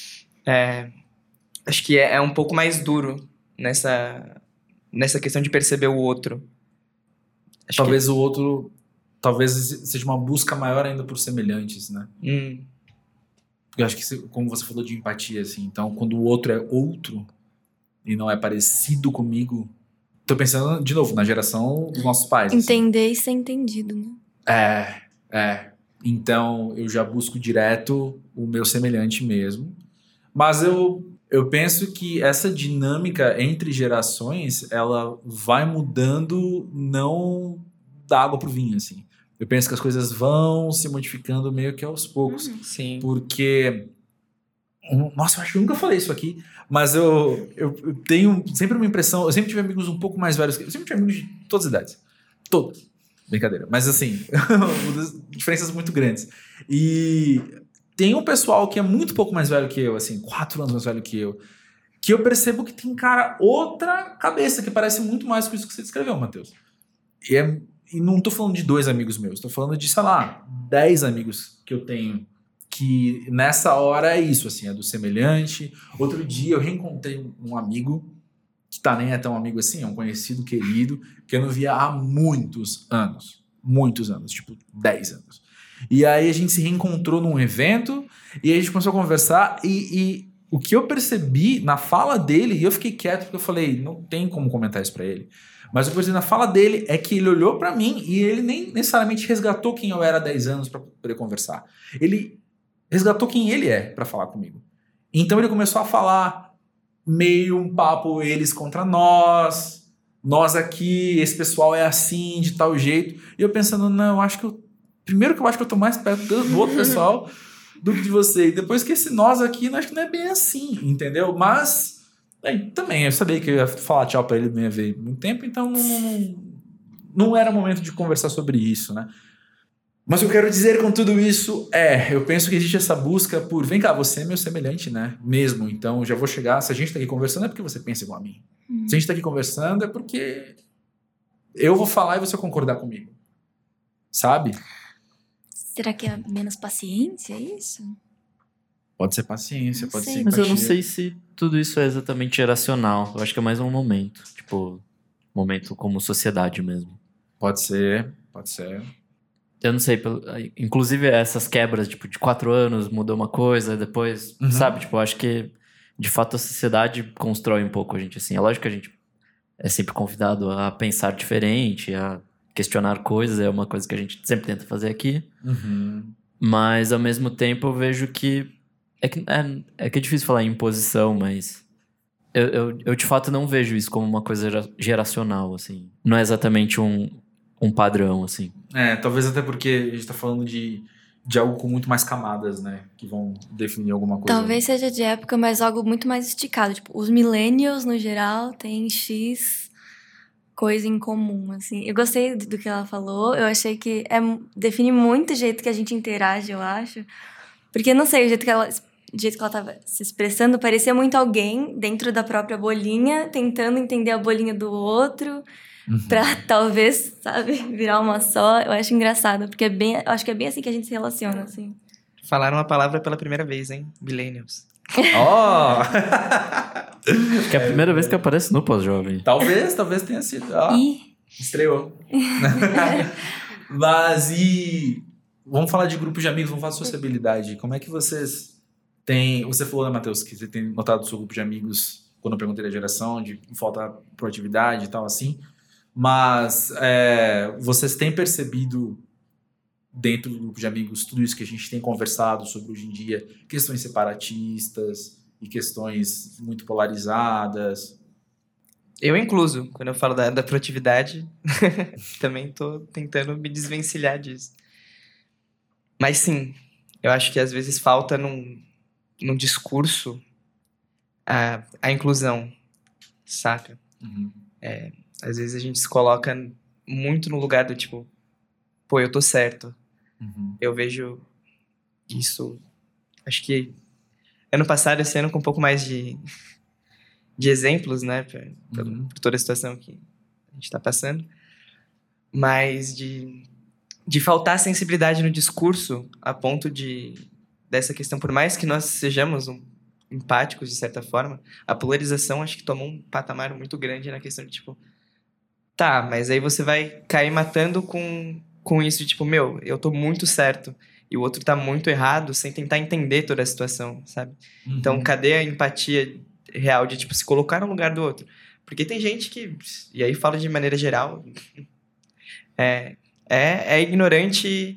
É, acho que é, é um pouco mais duro nessa, nessa questão de perceber o outro. Acho Talvez o outro... Talvez seja uma busca maior ainda por semelhantes, né? que, hum, Porque eu acho que, você- como você falou de empatia, assim, então quando o outro é outro e não é parecido comigo... Tô pensando, de novo, na geração dos nossos pais. assim. Entender e ser entendido, né? É, é. Então, eu já busco direto o meu semelhante mesmo. Mas eu, eu penso que essa dinâmica entre gerações, ela vai mudando não da água pro vinho, assim. Eu penso que as coisas vão se modificando meio que aos poucos. sim. Porque... um- Nossa, eu acho que eu nunca falei isso aqui, mas eu, eu, eu tenho sempre uma impressão... Eu sempre tive amigos um pouco mais velhos que eu. Eu sempre tive amigos de todas as idades. Todos. Brincadeira. Mas assim, diferenças muito grandes. E tem um pessoal que é muito pouco mais velho que eu, assim, quatro anos mais velho que eu, que eu percebo que tem, cara, outra cabeça, que parece muito mais com isso que você descreveu, Matheus. E, é, e não tô falando de dois amigos meus, tô falando de, sei lá, dez amigos que eu tenho, que nessa hora é isso, assim, é do semelhante. Outro dia eu reencontrei um amigo, que tá, nem é tão amigo assim, é um conhecido querido, que eu não via há muitos anos. Muitos anos, tipo dez anos. E aí a gente se reencontrou num evento, e aí a gente começou a conversar, e, e o que eu percebi na fala dele, e eu fiquei quieto, porque eu falei, não tem como comentar isso pra ele. Mas o que eu percebi na fala dele é que ele olhou pra mim, e ele nem necessariamente resgatou quem eu era há dez anos pra poder conversar. Ele resgatou quem ele é pra falar comigo. Então ele começou a falar meio um papo eles contra nós, nós aqui, esse pessoal é assim, de tal jeito. E eu pensando, não, eu acho que eu... Primeiro que eu acho que eu tô mais perto do, do outro pessoal do que de você. E depois que esse nós aqui, eu acho que não é bem assim, entendeu? Mas aí, também, eu sabia que eu ia falar tchau pra ele, não ia ver muito tempo, então não, não, não era momento de conversar sobre isso, né? Mas o que eu quero dizer com tudo isso é, eu penso que existe essa busca por, vem cá, você é meu semelhante, né? Mesmo, então já vou chegar, se a gente tá aqui conversando é porque você pensa igual a mim. Hum. Se a gente tá aqui conversando é porque eu vou falar e você vai concordar comigo. Sabe? Será que é menos paciência, é isso? Pode ser paciência, Não pode sei. ser Mas eu não empatia. sei se tudo isso é exatamente geracional. Eu acho que é mais um momento. Tipo, momento como sociedade mesmo. Pode ser, pode ser. Eu não sei, pelo- inclusive essas quebras, tipo, de quatro anos mudou uma coisa, depois, Uhum. sabe? Tipo, eu acho que, de fato, a sociedade constrói um pouco a gente, assim. É lógico que a gente é sempre convidado a pensar diferente, a questionar coisas, é uma coisa que a gente sempre tenta fazer aqui. Uhum. Mas, ao mesmo tempo, eu vejo que... É que é, é, que é difícil falar em imposição, mas... Eu, eu, eu, de fato, não vejo isso como uma coisa gera- geracional, assim. Não é exatamente um, um padrão, assim. É, talvez até porque a gente tá falando de, de algo com muito mais camadas, né? Que vão definir alguma coisa. Talvez seja de época, mas algo muito mais esticado. Tipo, os millennials, no geral, têm X coisa em comum, assim. Eu gostei do que ela falou. Eu achei que é, define muito o jeito que a gente interage, eu acho. Porque, não sei, o jeito que ela... O jeito que ela tava se expressando parecia muito alguém dentro da própria bolinha, tentando entender a bolinha do outro, Uhum. pra talvez, sabe, virar uma só. Eu acho engraçado, porque é bem, eu acho que é bem assim que a gente se relaciona, assim. Falaram a palavra pela primeira vez, hein? Millennials. Ó! Acho que é a primeira vez que aparece no Pós-Jovem. Talvez, talvez tenha sido. Ó, E estreou. Mas e... Vamos falar de grupos de amigos, vamos falar de sociabilidade. Como é que vocês têm... Você falou, né, Matheus, que você tem notado o seu grupo de amigos, quando eu perguntei da geração, de falta proatividade e tal, assim. Mas é, vocês têm percebido, dentro do grupo de amigos, tudo isso que a gente tem conversado sobre hoje em dia, questões separatistas e questões muito polarizadas? Eu incluso, quando eu falo da, da proatividade, também tô tentando me desvencilhar disso. Mas sim, eu acho que às vezes falta num, num discurso a, a inclusão, saca? Uhum. É, às vezes a gente se coloca muito no lugar do tipo, pô, eu tô certo. Uhum. Eu vejo isso, acho que ano passado, esse ano, com um pouco mais de, de exemplos, né? Por, por- Uhum. por toda a situação que a gente tá passando. Mas de, de faltar sensibilidade no discurso a ponto de dessa questão, por mais que nós sejamos um, empáticos de certa forma, a polarização acho que tomou um patamar muito grande na questão de tipo, tá, mas aí você vai cair matando com, com isso de tipo, meu, eu tô muito certo e o outro tá muito errado, sem tentar entender toda a situação, sabe? Uhum. Então, cadê a empatia real de, tipo, se colocar no lugar do outro? Porque tem gente que, e aí falo de maneira geral, é, é, é ignorante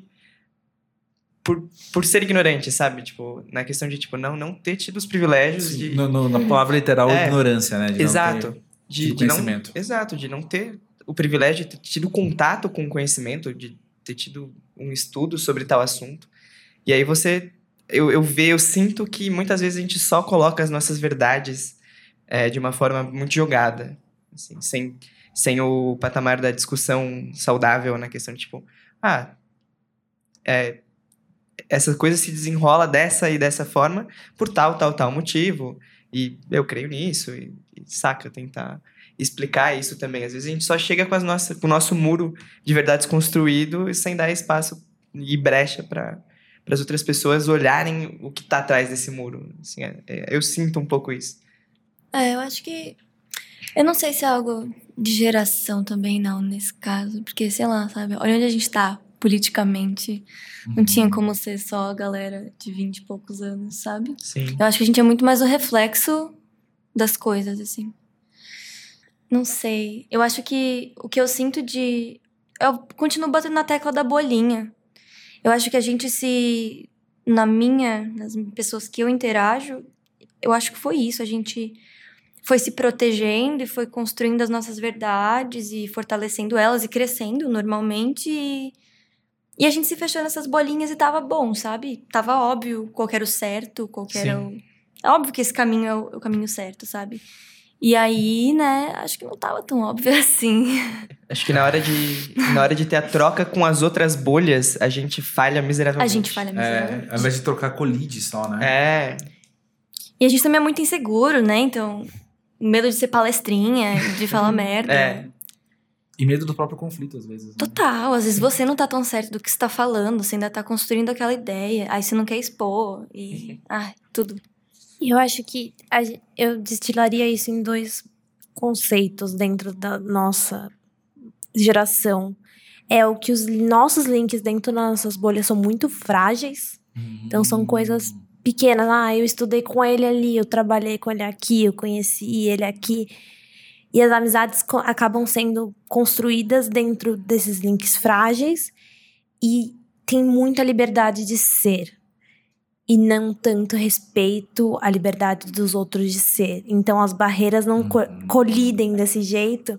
por, por ser ignorante, sabe? Tipo, na questão de, tipo, não, não ter tido os privilégios Sim, de... no- no- na palavra literal, É, ignorância, né? De não Exato. ter De, tido de não, conhecimento. exato, de não ter o privilégio de ter tido contato com o conhecimento, de ter tido um estudo sobre tal assunto. E aí você... Eu, eu vejo, eu sinto que muitas vezes a gente só coloca as nossas verdades é, de uma forma muito jogada, assim, sem, sem o patamar da discussão saudável na questão de, tipo, ah, é, essa coisa se desenrola dessa e dessa forma por tal, tal, tal motivo, e eu creio nisso, e, e saca, tentar explicar isso também. Às vezes a gente só chega com, as nossas, com o nosso muro de verdades construído sem dar espaço e brecha para para as outras pessoas olharem o que tá atrás desse muro. Assim, é, é, eu sinto um pouco isso. É, eu acho que... Eu não sei se é algo de geração também, não, nesse caso. Porque, sei lá, sabe? Olha onde a gente tá politicamente. Não tinha como ser só a galera de vinte e poucos anos, sabe? Sim. Eu acho que a gente é muito mais o reflexo das coisas, assim. Não sei. Eu acho que o que eu sinto de... Eu continuo batendo na tecla da bolinha. Eu acho que a gente se... Na minha... Nas pessoas que eu interajo, eu acho que foi isso. A gente foi se protegendo e foi construindo as nossas verdades e fortalecendo elas e crescendo normalmente. E, e a gente se fechou nessas bolinhas e tava bom, sabe? Tava óbvio qual era o certo, qual era o... É óbvio que esse caminho é o, é o caminho certo, sabe? E aí, né, acho que não tava tão óbvio assim. Acho que na hora de, na hora de ter a troca com as outras bolhas, a gente falha miseravelmente. A gente falha miseravelmente. É, ao invés de trocar colide só, né? É. E a gente também é muito inseguro, né? Então, medo de ser palestrinha, de falar merda. É. E medo do próprio conflito, às vezes. Né? Total. Às vezes você não tá tão certo do que você tá falando, você ainda tá construindo aquela ideia. Aí você não quer expor. E. Ai, tudo. E eu acho que a gen- eu destilaria isso em dois conceitos dentro da nossa geração. É o que os nossos links dentro das nossas bolhas são muito frágeis. Então são coisas pequenas. Ah, eu estudei com ele ali, eu trabalhei com ele aqui, eu conheci ele aqui. E as amizades co- acabam sendo construídas dentro desses links frágeis e tem muita liberdade de ser. E não tanto respeito à liberdade dos outros de ser. Então as barreiras não co- colidem desse jeito.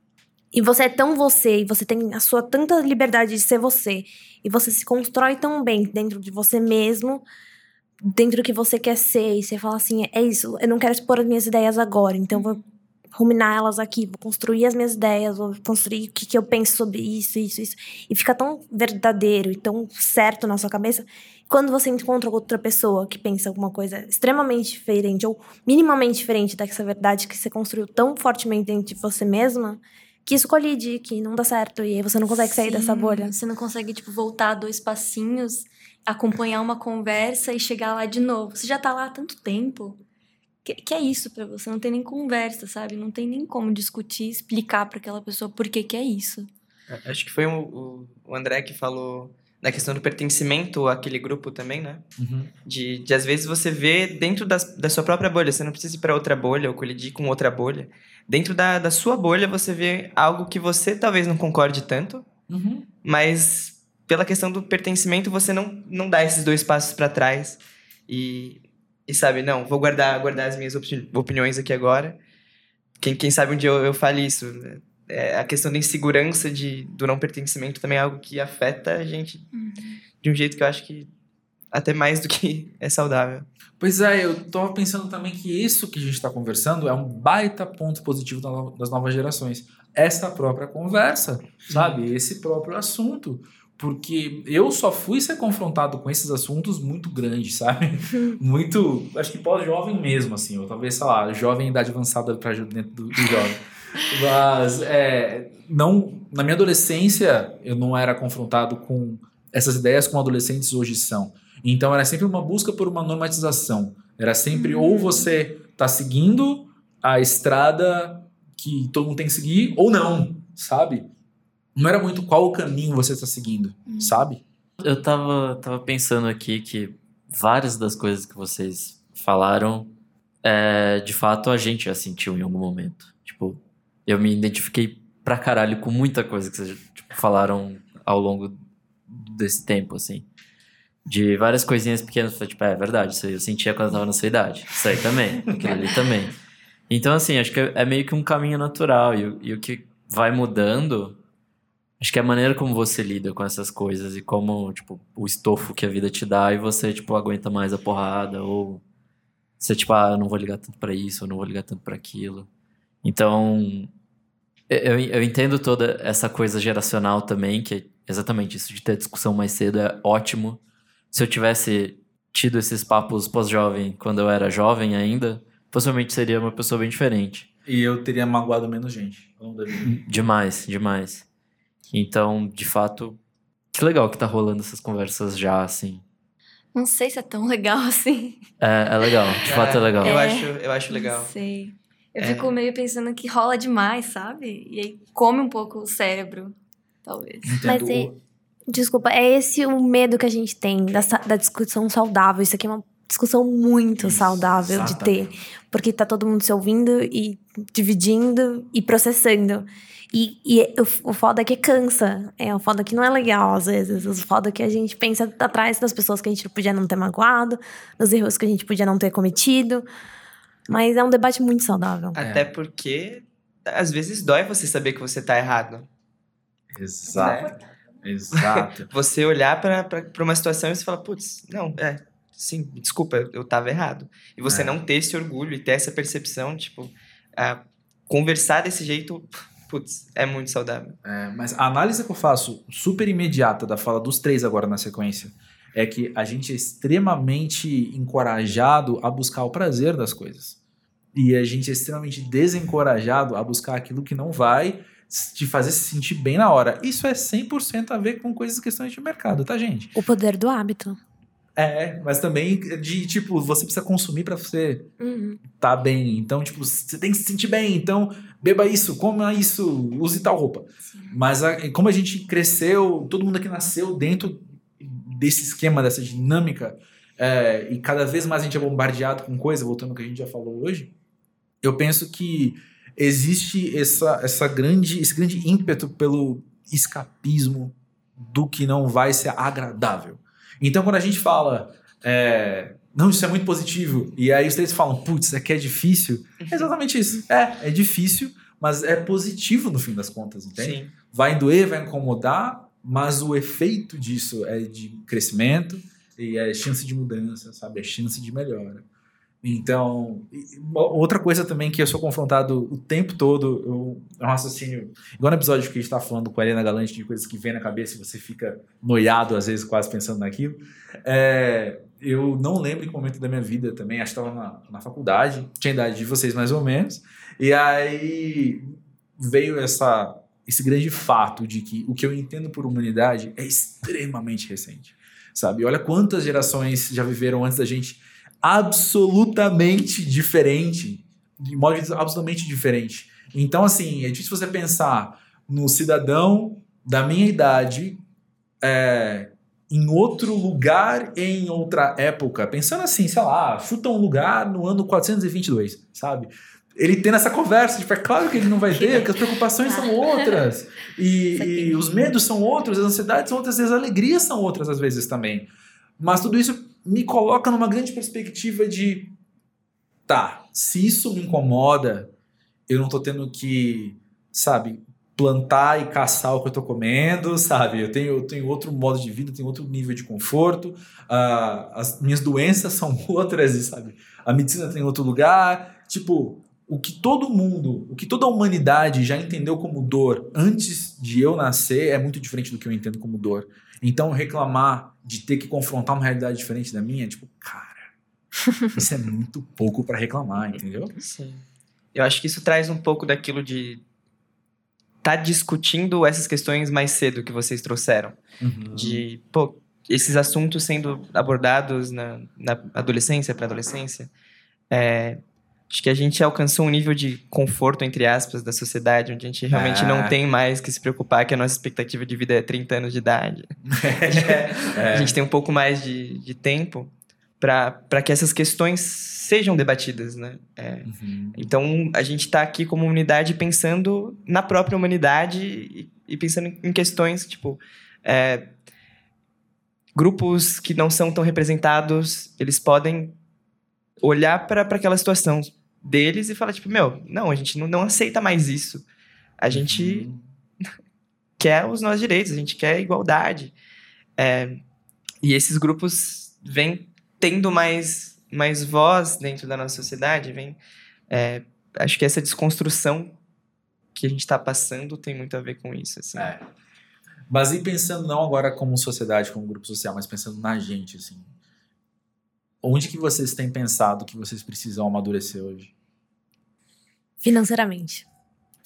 E você é tão você, e você tem a sua tanta liberdade de ser você. E você se constrói tão bem dentro de você mesmo, dentro do que você quer ser. E você fala assim, é isso, eu não quero expor as minhas ideias agora, então eu vou ruminar elas aqui, vou construir as minhas ideias, vou construir o que, que eu penso sobre isso, isso, isso. E fica tão verdadeiro e tão certo na sua cabeça. Quando você encontra outra pessoa que pensa alguma coisa extremamente diferente ou minimamente diferente dessa verdade que você construiu tão fortemente dentro de você mesma, que isso colide, que não dá certo e aí você não consegue sair Sim, dessa bolha. Você não consegue, tipo, voltar dois passinhos, acompanhar uma conversa e chegar lá de novo. Você já tá lá há tanto tempo. Que, que é isso pra você? Não tem nem conversa, sabe? Não tem nem como discutir, explicar pra aquela pessoa por que que é isso. Acho que foi o, o, o André que falou da questão do pertencimento àquele grupo também, né? Uhum. De, de às vezes você vê dentro das, da sua própria bolha, você não precisa ir para outra bolha ou colidir com outra bolha. Dentro da, da sua bolha você vê algo que você talvez não concorde tanto, Uhum. mas pela questão do pertencimento você não, não dá esses dois passos para trás e, e sabe, não, vou guardar, guardar as minhas opini- opiniões aqui agora. Quem, quem sabe um dia eu, eu fale isso. É, a questão da insegurança de, do não pertencimento também é algo que afeta a gente Uhum. de um jeito que eu acho que até mais do que é saudável. Pois é, eu tô pensando também que isso que a gente tá conversando é um baita ponto positivo da no- das novas gerações. Essa própria conversa, sabe? Esse próprio assunto. Porque eu só fui ser confrontado com esses assuntos muito grandes, sabe? Muito, acho que pós-jovem mesmo, assim. Ou talvez, sei lá, jovem idade avançada pra dentro do, do jovem. Mas, é, não, na minha adolescência, eu não era confrontado com essas ideias como adolescentes hoje são. Então, era sempre uma busca por uma normatização. Era sempre ou você tá seguindo a estrada que todo mundo tem que seguir, ou não, sabe? Não era muito qual o caminho você tá seguindo, sabe? Eu tava, tava pensando aqui que várias das coisas que vocês falaram, é, de fato, a gente já sentiu em algum momento. Tipo, eu me identifiquei pra caralho com muita coisa que vocês tipo, falaram ao longo desse tempo, assim. De várias coisinhas pequenas, foi tipo, é, é verdade, isso aí eu sentia quando eu tava na sua idade. Isso aí também, aquilo ali também. Então, assim, acho que é meio que um caminho natural. E, o- e o que vai mudando, acho que é a maneira como você lida com essas coisas e como, tipo, o estofo que a vida te dá e você, tipo, aguenta mais a porrada ou você, tipo, ah, eu não vou ligar tanto pra isso, eu não vou ligar tanto pra aquilo. Então, eu, eu entendo toda essa coisa geracional também, que é exatamente isso de ter discussão mais cedo é ótimo. Se eu tivesse tido esses papos pós-jovem quando eu era jovem ainda, possivelmente seria uma pessoa bem diferente. E eu teria magoado menos gente ao longo da vida. Demais, demais. Então, de fato, que legal que tá rolando essas conversas já, assim. Não sei se é tão legal assim. É, é legal, de fato é legal. Eu, É. acho, eu acho legal. Não sei. Eu É. fico meio pensando que rola demais, sabe? E aí come um pouco o cérebro, talvez. Mas Entendo. é- Desculpa, é esse o medo que a gente tem da, sa- da discussão saudável. Isso aqui é uma discussão muito saudável de ter. Exatamente. Porque tá todo mundo se ouvindo e dividindo e processando. E, e o, o foda é que cansa. É o foda que não é legal, às vezes. O foda é que a gente pensa atrás das pessoas que a gente podia não ter magoado, dos erros que a gente podia não ter cometido. Mas é um debate muito saudável. Até porque, às vezes, dói você saber que você tá errado. Exato. Exato. Você olhar pra, pra, pra uma situação e você fala, putz, não, é, sim, desculpa, eu tava errado. E você É. não ter esse orgulho e ter essa percepção, tipo, ah, conversar desse jeito, putz, é muito saudável. É, mas a análise que eu faço, super imediata, da fala dos três agora na sequência, é que a gente é extremamente encorajado a buscar o prazer das coisas. E a gente é extremamente desencorajado a buscar aquilo que não vai te fazer se sentir bem na hora. Isso é cem por cento a ver com coisas questões de mercado, tá, gente? O poder do hábito. É, mas também de, tipo, você precisa consumir pra você Uhum. tá bem. Então, tipo, você tem que se sentir bem. Então, beba isso, coma isso, use tal roupa. Mas a- como a gente cresceu, todo mundo aqui nasceu dentro desse esquema, dessa dinâmica, é, e cada vez mais a gente é bombardeado com coisa, voltando ao que a gente já falou hoje, eu penso que existe essa, essa grande, esse grande ímpeto pelo escapismo do que não vai ser agradável. Então, quando a gente fala, é, não, isso é muito positivo, e aí os três falam, putz, isso aqui é difícil, é exatamente isso. É, é difícil, mas é positivo no fim das contas, entende? Sim. Vai doer, vai incomodar, mas o efeito disso é de crescimento e é chance de mudança, sabe? É chance de melhora. Então, e uma outra coisa também que eu sou confrontado o tempo todo, eu, é um raciocínio, igual no episódio que a gente tá falando com a Helena Galante de coisas que vem na cabeça e você fica noiado às vezes quase pensando naquilo, é, eu não lembro em que momento da minha vida também, acho que estava na, na faculdade, tinha a idade de vocês mais ou menos, e aí veio essa, esse grande fato de que o que eu entendo por humanidade é extremamente recente, sabe? Olha quantas gerações já viveram antes da gente absolutamente diferente, de modo de dizer, absolutamente diferente. Então, assim, é difícil você pensar no cidadão da minha idade é, em outro lugar, em outra época, pensando assim, sei lá, chuta um lugar no ano quatrocentos e vinte e dois, sabe? Ele tendo essa conversa, tipo, é claro que ele não vai ter, porque as preocupações são outras, e, e os medos são outros, as ansiedades são outras, e as alegrias são outras às vezes também. Mas tudo isso me coloca numa grande perspectiva de, tá, se isso me incomoda, eu não tô tendo que, sabe, plantar e caçar o que eu tô comendo, sabe? Eu tenho, eu tenho outro modo de vida, eu tenho outro nível de conforto, uh, as minhas doenças são outras, e, sabe? A medicina tem outro lugar. Tipo, o que todo mundo, o que toda a humanidade já entendeu como dor antes de eu nascer é muito diferente do que eu entendo como dor. Então, reclamar de ter que confrontar uma realidade diferente da minha, tipo, cara, isso é muito pouco pra reclamar, entendeu? Sim. Eu acho que isso traz um pouco daquilo de tá discutindo essas questões mais cedo que vocês trouxeram. Uhum. De, pô, esses assuntos sendo abordados na, na adolescência, pré-adolescência. É, acho que a gente alcançou um nível de conforto, entre aspas, da sociedade, onde a gente realmente Ah. não tem mais que se preocupar que a nossa expectativa de vida é trinta anos de idade. É. A gente tem um pouco mais de, de tempo para que essas questões sejam debatidas, né? É, Uhum. então, a gente está aqui como humanidade pensando na própria humanidade e, e pensando em questões, tipo... É, grupos que não são tão representados, eles podem olhar para aquela situação deles e falar, tipo, meu, não, a gente não, não aceita mais isso. A gente Uhum. quer os nossos direitos, a gente quer igualdade. É, e esses grupos vêm tendo mais, mais voz dentro da nossa sociedade, vem, é, acho que essa desconstrução que a gente está passando tem muito a ver com isso. Assim. É. Mas e pensando não agora como sociedade, como grupo social, mas pensando na gente, assim. Onde que vocês têm pensado que vocês precisam amadurecer hoje? Financeiramente.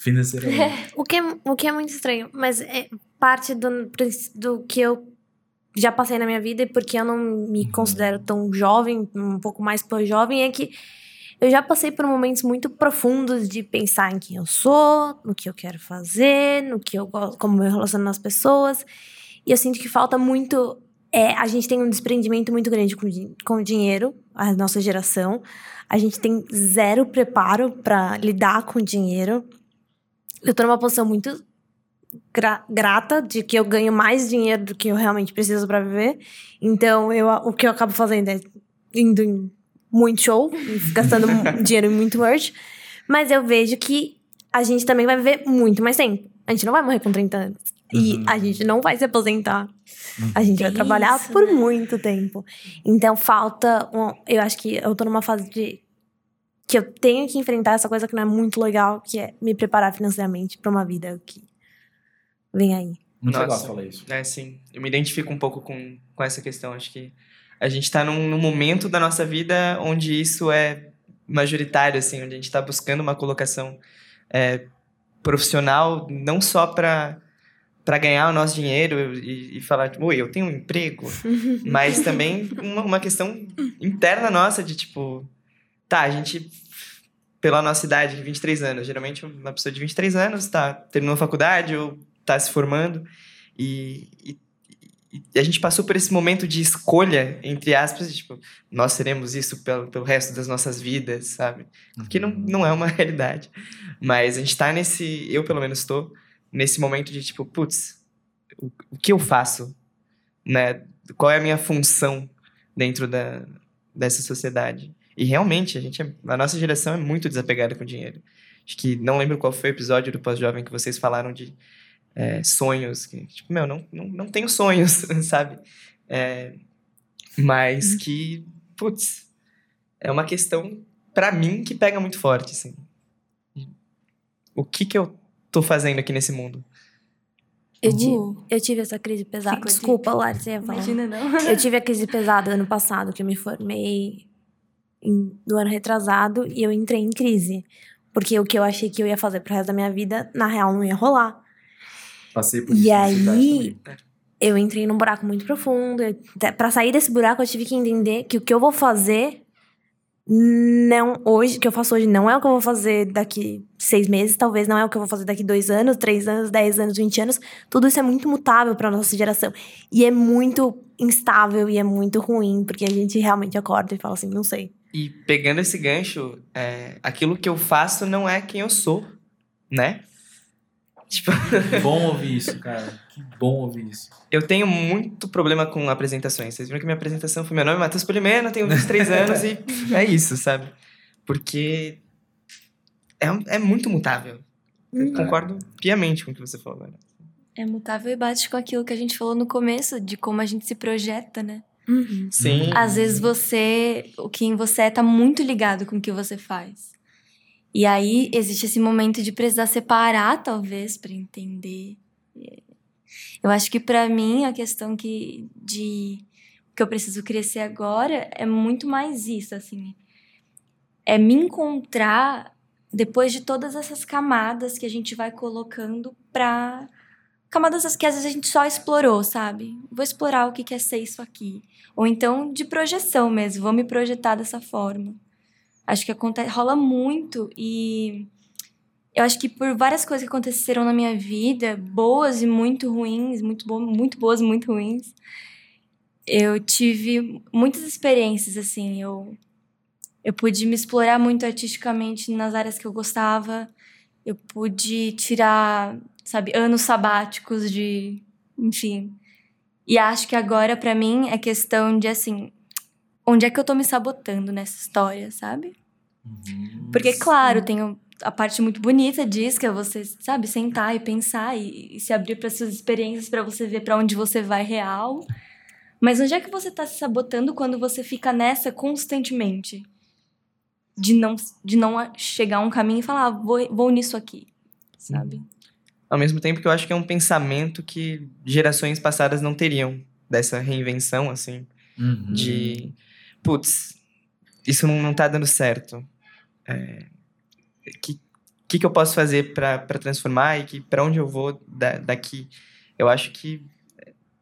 Financeiramente. O que, é, o que é muito estranho, mas é parte do, do que eu já passei na minha vida e porque eu não me considero tão jovem, um pouco mais pós-jovem, é que eu já passei por momentos muito profundos de pensar em quem eu sou, no que eu quero fazer, no que eu gosto, como eu me relaciono nas pessoas. E eu sinto que falta muito... É, a gente tem um desprendimento muito grande com, com o dinheiro, a nossa geração. A gente tem zero preparo pra lidar com o dinheiro. Eu tô numa posição muito gra- grata de que eu ganho mais dinheiro do que eu realmente preciso pra viver. Então, eu, o que eu acabo fazendo é indo em muito show, gastando dinheiro em muito merch. Mas eu vejo que a gente também vai viver muito mais tempo. A gente não vai morrer com trinta anos. E Uhum. a gente não vai se aposentar. A gente vai Tem trabalhar isso, por né? muito tempo. Então, falta... Um, eu acho que eu tô numa fase de... Que eu tenho que enfrentar essa coisa que não é muito legal, que é me preparar financeiramente pra uma vida que vem aí. Muito legal Nossa. você falar isso. É, sim. Eu me identifico um pouco com, com essa questão. Acho que a gente tá num, num momento da nossa vida onde isso é majoritário, assim, onde a gente tá buscando uma colocação é, profissional, não só para para ganhar o nosso dinheiro e, e falar, tipo, oi, eu tenho um emprego, mas também uma, uma questão interna nossa de, tipo, tá, a gente, pela nossa idade, vinte e três anos, geralmente uma pessoa de vinte e três anos tá terminou a faculdade ou tá se formando e, e, e a gente passou por esse momento de escolha, entre aspas, de, tipo, nós seremos isso pelo, pelo resto das nossas vidas, sabe? Porque não, não é uma realidade. Mas a gente tá nesse, eu pelo menos tô, nesse momento de tipo, putz, o, o que eu faço, né? Qual é a minha função dentro da, dessa sociedade? E realmente, a gente é, a nossa geração é muito desapegada com o dinheiro. Acho que não lembro qual foi o episódio do Pós-Jovem que vocês falaram de é, sonhos. Que, tipo, meu, não, não, não tenho sonhos, sabe? É, mas que, putz, é uma questão, pra mim, que pega muito forte, assim. O que que eu tô fazendo aqui nesse mundo? Eu, ti- Uh. eu tive essa crise pesada. Ficou Desculpa, deep. Lari, você ia falar. Imagina, não. Eu tive a crise pesada ano passado, que eu me formei em, no ano retrasado, e eu entrei em crise. Porque o que eu achei que eu ia fazer pro resto da minha vida, na real, não ia rolar. Passei por E isso. na aí- cidade também. Eu entrei num buraco muito profundo. Eu, pra sair desse buraco, eu tive que entender que o que eu vou fazer não hoje, o que eu faço hoje não é o que eu vou fazer daqui seis meses, talvez não é o que eu vou fazer daqui dois anos, três anos, dez anos, vinte anos. Tudo isso é muito mutável pra nossa geração. E é muito instável e é muito ruim, porque a gente realmente acorda e fala assim, não sei. E pegando esse gancho, é, aquilo que eu faço não é quem eu sou, né? Tipo, Que bom ouvir isso, cara. Que bom ouvir isso. eu tenho muito problema com apresentações. Vocês viram que minha apresentação foi: meu nome é Matheus Polimeno, tenho vinte e três anos e é isso, sabe? Porque é, é muito mutável. Eu concordo piamente com o que você falou, né? É mutável e bate com aquilo que a gente falou no começo, de como a gente se projeta, né? Uhum. Sim. Às vezes você, o quem você é tá muito ligado com o que você faz. E aí existe esse momento de precisar separar, talvez, pra entender. Eu acho que pra mim a questão que de que eu preciso crescer agora é muito mais isso, assim. É me encontrar depois de todas essas camadas que a gente vai colocando pra... Camadas que às vezes a gente só explorou, sabe? Vou explorar o que é ser isso aqui. Ou então de projeção mesmo, vou me projetar dessa forma. Acho que acontece, rola muito e eu acho que por várias coisas que aconteceram na minha vida, boas e muito ruins, muito, bo- muito boas e muito ruins, eu tive muitas experiências, assim, eu, eu pude me explorar muito artisticamente nas áreas que eu gostava, eu pude tirar, sabe, anos sabáticos de, enfim. E acho que agora, pra mim, é questão de, assim, onde é que eu tô me sabotando nessa história, sabe? Porque, claro, tem a parte muito bonita disso, que é você, sabe, sentar e pensar e, e se abrir para suas experiências, para você ver para onde você vai real. Mas onde é que você tá se sabotando quando você fica nessa constantemente? De não, de não chegar a um caminho e falar, ah, vou, vou nisso aqui, sabe? Ao mesmo tempo que eu acho que é um pensamento que gerações passadas não teriam, dessa reinvenção, assim, Uhum. de, putz, isso não, não tá dando certo. É, que, que que eu posso fazer para transformar e que para onde eu vou da, daqui? Eu acho que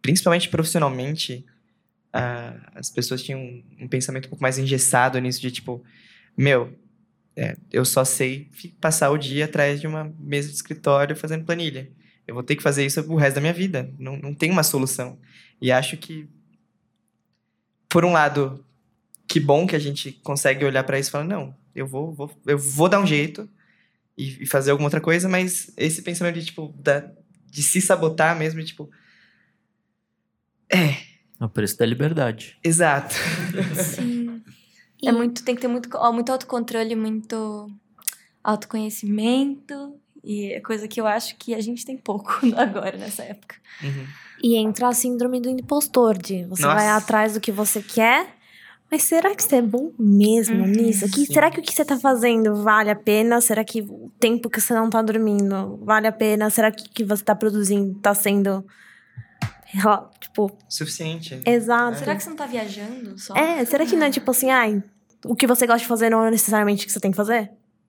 principalmente profissionalmente, uh, as pessoas tinham um, um pensamento um pouco mais engessado nisso de tipo, meu, é, eu só sei passar o dia atrás de uma mesa de escritório fazendo planilha. Eu vou ter que fazer isso o resto da minha vida. Não, não tem uma solução. E acho que, por um lado, que bom que a gente consegue olhar para isso e falar, não, eu vou, vou, eu vou dar um jeito e, e fazer alguma outra coisa, mas esse pensamento de, tipo, da, de se sabotar mesmo, de, tipo... É... É o preço da liberdade. Exato. Sim. É muito, tem que ter muito, ó, muito autocontrole, muito autoconhecimento. E é coisa que eu acho que a gente tem pouco agora, nessa época. Uhum. E entra a síndrome do impostor, de você Nossa. vai atrás do que você quer, mas será que você é bom mesmo Uhum, nisso? Que, sim. será que o que você tá fazendo vale a pena? Será que o tempo que você não tá dormindo vale a pena? Será que o que você tá produzindo tá sendo, tipo... Suficiente. Exato. Será que você não tá viajando só? É, será que não é tipo assim, ai, o que você gosta de fazer não é necessariamente o que você tem que fazer?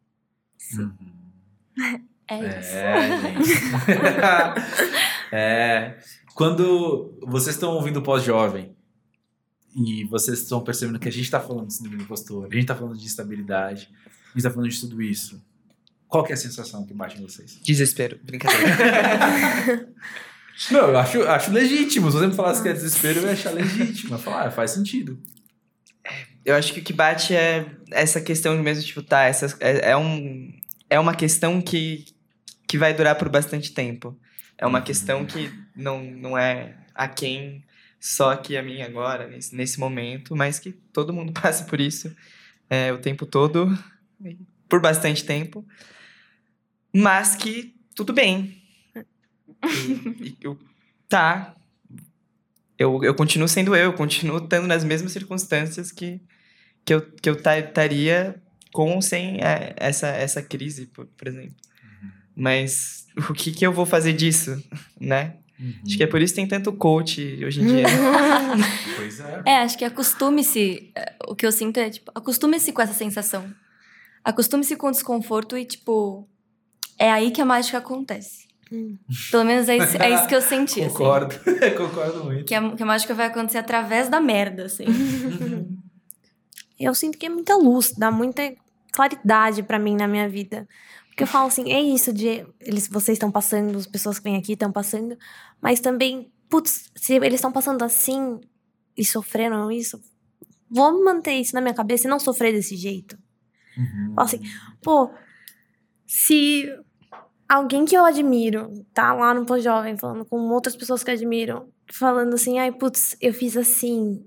É isso. É, gente. É. Quando vocês estão ouvindo o Pós-Jovem e vocês estão percebendo que a gente está falando de síndrome do impostor, a gente está falando de instabilidade, a gente está falando de tudo isso, qual que é a sensação que bate em vocês? Desespero. Brincadeira. Não, eu acho, acho legítimo. Se você me falasse que é desespero, eu ia achar legítimo. Eu ia falar, ah, faz sentido. Eu acho que o que bate é essa questão mesmo, tipo, tá, essa, é, é, um, é uma questão que, que vai durar por bastante tempo. É uma questão que não, não é a quem só que a mim agora, nesse, nesse momento, mas que todo mundo passa por isso é, o tempo todo, por bastante tempo. Mas que tudo bem. E, e eu, tá... Eu, eu continuo sendo eu, eu continuo estando nas mesmas circunstâncias que, que eu que eu estaria com ou sem é, essa, essa crise, por, por exemplo. Uhum. Mas o que, que eu vou fazer disso, né? Uhum. Acho que é por isso que tem tanto coach hoje em dia. Pois é. É, acho que acostume-se, o que eu sinto é, tipo, acostume-se com essa sensação. Acostume-se com o desconforto e, tipo, é aí que a mágica acontece. Hum. Pelo menos é isso, é isso que eu senti. Concordo, assim. concordo muito. Que a, que a mágica vai acontecer através da merda, assim. Eu sinto que é muita luz, dá muita claridade pra mim na minha vida. Porque eu falo assim, é isso de eles, vocês estão passando, as pessoas que vêm aqui estão passando, mas também, putz, se eles estão passando assim e sofrendo isso, vou manter isso na minha cabeça e não sofrer desse jeito. Uhum. Falo assim, pô, se alguém que eu admiro tá lá no Pós-Jovem falando com outras pessoas que admiram, falando assim, ai, putz, eu fiz assim,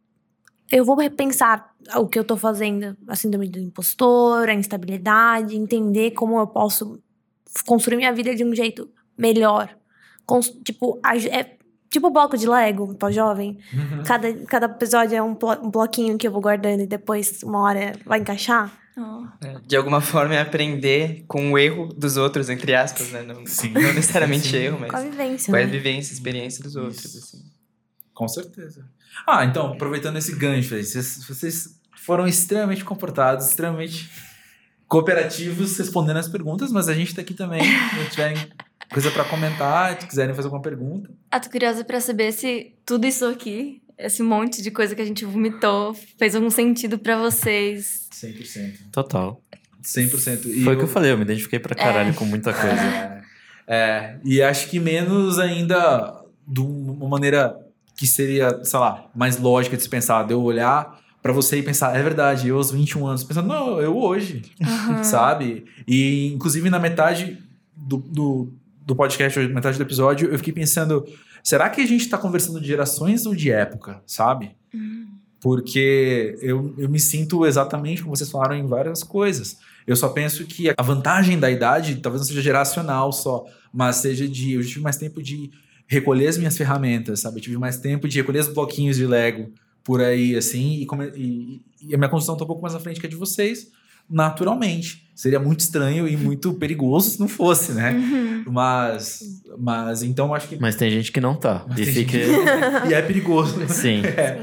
eu vou repensar o que eu tô fazendo, a síndrome do impostor, a instabilidade, entender como eu posso construir minha vida de um jeito melhor. Cons- tipo, é tipo bloco de Lego, Pós-Jovem. Uhum. Cada, cada episódio é um, blo- um bloquinho que eu vou guardando e depois, uma hora, vai encaixar. Oh. De alguma forma é aprender com o erro dos outros, entre aspas, né? Não, sim, não necessariamente sim. erro, mas com a vivência, com a né? vivência, experiência dos outros. Assim. Com certeza. Ah, então, aproveitando esse gancho aí, vocês, vocês foram extremamente comportados, extremamente cooperativos respondendo as perguntas, mas a gente tá aqui também, se tiverem coisa pra comentar, se quiserem fazer alguma pergunta. Ah, tô curiosa pra saber se tudo isso aqui, esse monte de coisa que a gente vomitou, fez algum sentido pra vocês. cem por cento. Total. cem por cento. E Foi o eu... que eu falei, eu me identifiquei pra caralho É. com muita coisa. É, é, e acho que menos ainda de uma maneira que seria, sei lá, mais lógica de se pensar, de eu olhar pra você e pensar, é verdade, eu aos vinte e um anos, pensando, não, eu hoje, Uhum. sabe? E inclusive na metade do, do, do podcast, na metade do episódio, eu fiquei pensando, será que a gente tá conversando de gerações ou de época, sabe? Uhum. Porque eu, eu me sinto exatamente como vocês falaram em várias coisas. Eu só penso que a vantagem da idade talvez não seja geracional só, mas seja de, eu tive mais tempo de recolher as minhas ferramentas, sabe? Eu tive mais tempo de recolher os bloquinhos de Lego por aí, assim, e, come, e, e a minha construção tá um pouco mais à frente que a de vocês, naturalmente. Seria muito estranho e muito perigoso se não fosse, né? Uhum. Mas, mas, então, acho que... Mas tem gente que não tá. Mas E tem fica... gente- e é perigoso. Sim. É.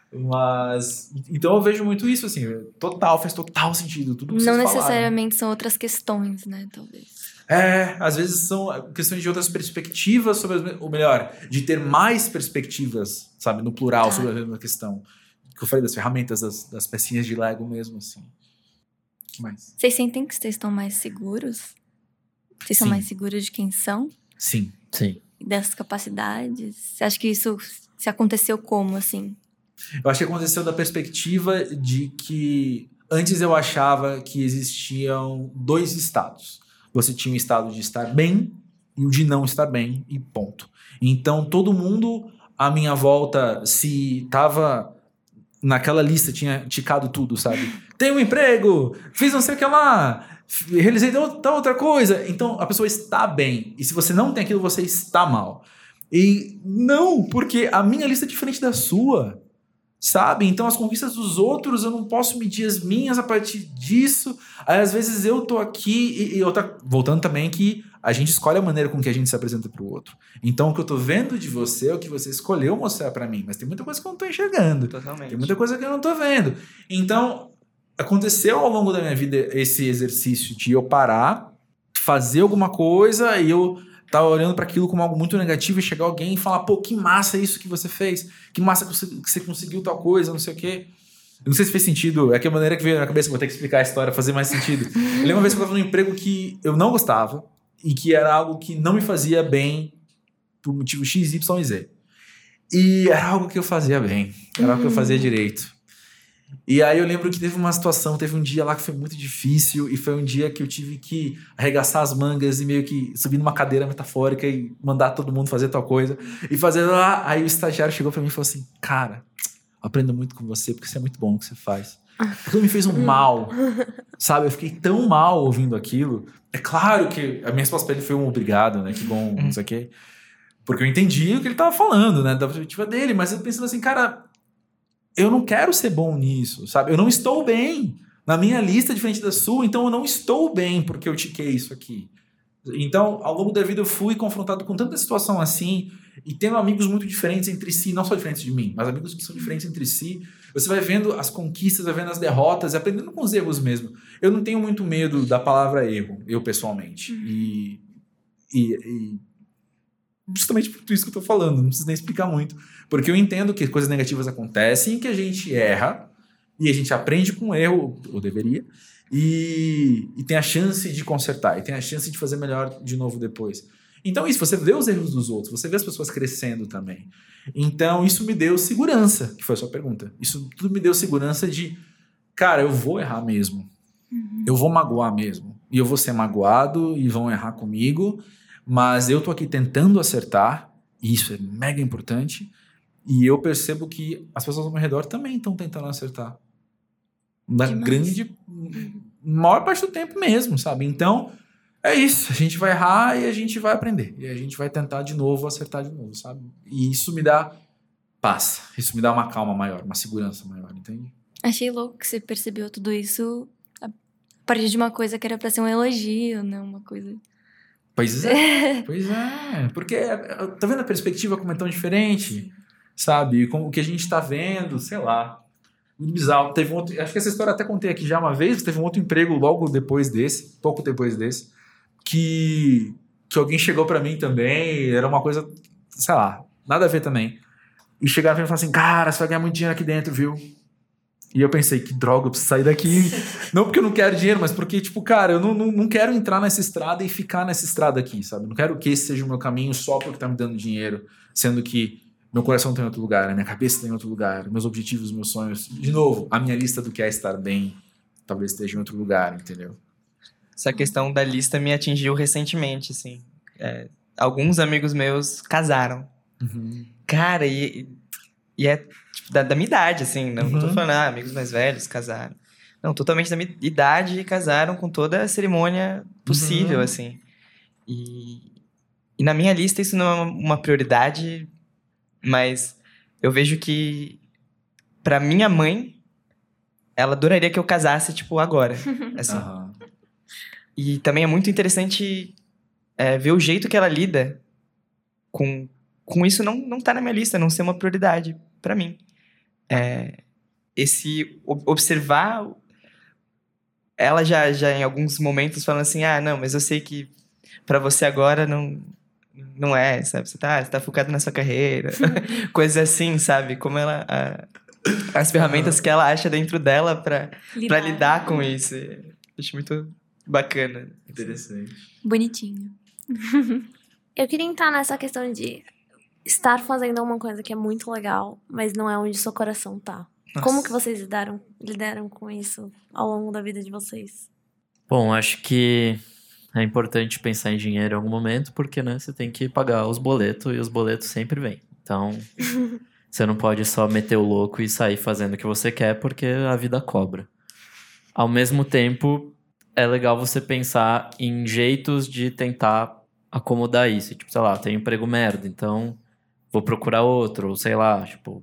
Mas, então eu vejo muito isso, assim, total, faz total sentido, tudo que Não vocês necessariamente são outras questões, né, talvez. falaram. É, às vezes são questões de outras perspectivas sobre, as, ou melhor, de ter mais perspectivas, sabe, no plural, Tá. sobre a mesma questão. Que eu falei das ferramentas, das, das pecinhas de Lego mesmo, assim. O que mais? Vocês sentem que vocês estão mais seguros? Vocês são Sim. mais seguros de quem são? Sim. Sim. E dessas capacidades? Você acha que isso se aconteceu como, assim? Eu acho que aconteceu da perspectiva de que antes eu achava que existiam dois estados. Você tinha o estado de estar bem e o de não estar bem, e ponto. Então todo mundo à minha volta, se tava naquela lista, tinha ticado tudo, sabe? Tenho um emprego, fiz não sei o que lá, realizei tal outra coisa. Então a pessoa está bem. E se você não tem aquilo, você está mal. E não, porque a minha lista é diferente da sua. Sabe? Então as conquistas dos outros, eu não posso medir as minhas a partir disso. Aí às vezes eu tô aqui e, e eu tá voltando também que a gente escolhe a maneira com que a gente se apresenta pro outro. Então o que eu tô vendo de você é o que você escolheu mostrar pra mim, mas tem muita coisa que eu não tô enxergando. Totalmente. Tem muita coisa que eu não tô vendo. Então aconteceu ao longo da minha vida esse exercício de eu parar, fazer alguma coisa e eu tá olhando para aquilo como algo muito negativo e chegar alguém e falar, pô, que massa isso que você fez, que massa que você, que você conseguiu tal coisa, não sei o quê. Eu não sei se fez sentido, é que a maneira que veio na cabeça, vou ter que explicar a história, fazer mais sentido. Eu lembro uma vez que eu estava num emprego que eu não gostava e que era algo que não me fazia bem por motivo X, Y e Z. E era algo que eu fazia bem, era algo que eu fazia direito. E aí eu lembro que teve uma situação, teve um dia lá que foi muito difícil e foi um dia que eu tive que arregaçar as mangas e meio que subir numa cadeira metafórica e mandar todo mundo fazer tal coisa e fazer lá. Aí o estagiário chegou pra mim e falou assim, cara, aprendo muito com você porque você é muito bom no que você faz. Aquilo me fez um mal, sabe? Eu fiquei tão mal ouvindo aquilo. É claro que a minha resposta pra ele foi um obrigado, né? Que bom, não sei o quê. Porque eu entendi o que ele tava falando, né? Da perspectiva dele, mas eu pensando assim, cara... Eu não quero ser bom nisso, sabe? Eu não estou bem. Na minha lista, diferente da sua, então eu não estou bem porque eu tiquei isso aqui. Então, ao longo da vida, eu fui confrontado com tanta situação assim, e tendo amigos muito diferentes entre si, não só diferentes de mim, mas amigos que são diferentes entre si. Você vai vendo as conquistas, vai vendo as derrotas, aprendendo com os erros mesmo. Eu não tenho muito medo da palavra erro, eu pessoalmente. E... e, e justamente por tudo isso que eu tô falando, não preciso nem explicar muito. Porque eu entendo que coisas negativas acontecem, que a gente erra, e a gente aprende com o erro, ou deveria, e, e tem a chance de consertar, e tem a chance de fazer melhor de novo depois. Então isso, você vê os erros dos outros, você vê as pessoas crescendo também. Então isso me deu segurança, que foi a sua pergunta. Isso tudo me deu segurança de, cara, eu vou errar mesmo. Uhum. Eu vou magoar mesmo. E eu vou ser magoado, e vão errar comigo, mas eu tô aqui tentando acertar, e isso é mega importante, e eu percebo que as pessoas ao meu redor também estão tentando acertar. Na Demais. grande... maior parte do tempo mesmo, sabe? Então, é isso. A gente vai errar e a gente vai aprender. E a gente vai tentar de novo, acertar de novo, sabe? E isso me dá paz. Isso me dá uma calma maior, uma segurança maior, entende? Achei louco que você percebeu tudo isso a partir de uma coisa que era pra ser um elogio, né? Uma coisa... Pois é, pois é. Porque, tá vendo a perspectiva como é tão diferente? Sabe? Como o que a gente tá vendo, sei lá. Muito bizarro. Teve um outro, acho que essa história eu até contei aqui já uma vez. Teve um outro emprego logo depois desse, pouco depois desse, que, que alguém chegou pra mim também. Era uma coisa, sei lá, nada a ver também. E chegaram pra mim e falaram assim: cara, você vai ganhar muito dinheiro aqui dentro, viu? E eu pensei, que droga, eu preciso sair daqui. Não porque eu não quero dinheiro, mas porque, tipo, cara, eu não, não, não quero entrar nessa estrada e ficar nessa estrada aqui, sabe? Não quero que esse seja o meu caminho só porque tá me dando dinheiro, sendo que meu coração tem em outro lugar, a minha cabeça tem em outro lugar, meus objetivos, meus sonhos. De novo, a minha lista do que é estar bem talvez esteja em outro lugar, entendeu? Essa questão da lista me atingiu recentemente, assim. É, alguns amigos meus casaram. Uhum. Cara, e, e é tipo, da, da minha idade, assim. Não, Uhum. não tô falando, ah, amigos mais velhos casaram. Não, totalmente da minha idade e casaram com toda a cerimônia possível, Uhum. assim. E, e na minha lista isso não é uma, uma prioridade, mas eu vejo que pra minha mãe, ela adoraria que eu casasse, tipo, agora. Assim. Uhum. E também é muito interessante é, ver o jeito que ela lida com, com isso não, não tá na minha lista, não ser uma prioridade pra mim. É, esse ob- observar ela já, já em alguns momentos falando assim, ah, não, mas eu sei que pra você agora não, não é, sabe? Você tá, você tá focado na sua carreira. Coisas assim, sabe? Como ela... A, as ferramentas que ela acha dentro dela pra lidar, pra lidar com isso. Acho muito bacana. Interessante. Bonitinho. Eu queria entrar nessa questão de estar fazendo uma coisa que é muito legal, mas não é onde seu coração tá. Nossa. Como que vocês lidaram, lidaram com isso ao longo da vida de vocês? Bom, acho que é importante pensar em dinheiro em algum momento, porque, né, você tem que pagar os boletos e os boletos sempre vêm. Então, você não pode só meter o louco e sair fazendo o que você quer, porque a vida cobra. Ao mesmo tempo, é legal você pensar em jeitos de tentar acomodar isso. Tipo, sei lá, tem um emprego merda, então vou procurar outro, ou sei lá, tipo...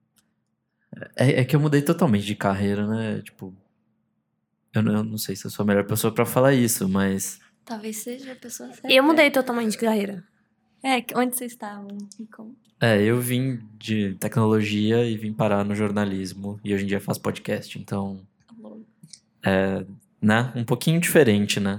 É, é que eu mudei totalmente de carreira, né? Tipo, eu não, eu não sei se eu sou a melhor pessoa pra falar isso, mas... Talvez seja a pessoa certa. Eu mudei totalmente de carreira. É, onde vocês estavam? E como? É, eu vim de tecnologia e vim parar no jornalismo. E hoje em dia faço podcast, então... É, né? Um pouquinho diferente, né?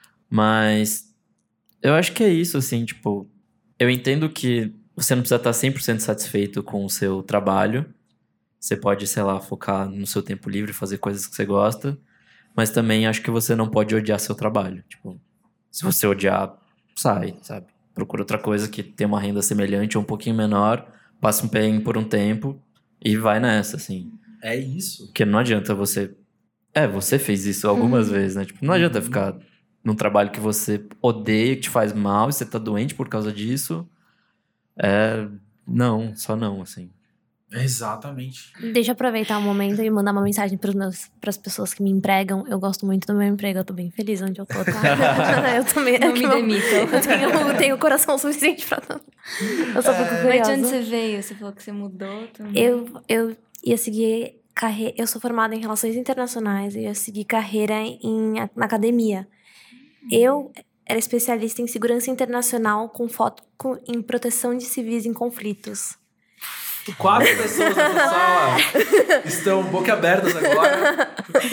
Mas eu acho que é isso, assim, tipo... Eu entendo que você não precisa estar cem por cento satisfeito com o seu trabalho. Você pode, sei lá, focar no seu tempo livre, fazer coisas que você gosta. Mas também acho que você não pode odiar seu trabalho. Tipo, se você odiar, sai, sabe? Procura outra coisa que tem uma renda semelhante ou um pouquinho menor. Passa um perrengue por um tempo e vai nessa, assim. É isso. Porque não adianta você... É, você fez isso algumas uhum. vezes, né? Tipo, não adianta uhum. ficar num trabalho que você odeia, que te faz mal, e você tá doente por causa disso. É... Não, só não, assim. Exatamente. Deixa eu aproveitar o momento e mandar uma mensagem para as pessoas que me empregam. Eu gosto muito do meu emprego, eu tô bem feliz onde eu tô, tá? eu também não me demito. Eu tenho, eu tenho coração suficiente pra tudo. Eu só fico curiosa. Mas de onde você veio? Você falou que você mudou também. Eu, eu ia seguir carreira. Eu sou formada em Relações Internacionais e eu ia seguir carreira em, na academia. Eu era especialista em segurança internacional com foco em proteção de civis em conflitos. Quatro pessoas nessa sala estão boca abertas agora.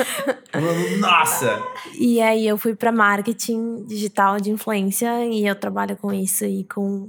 Nossa! E aí eu fui pra marketing digital de influência e eu trabalho com isso e com...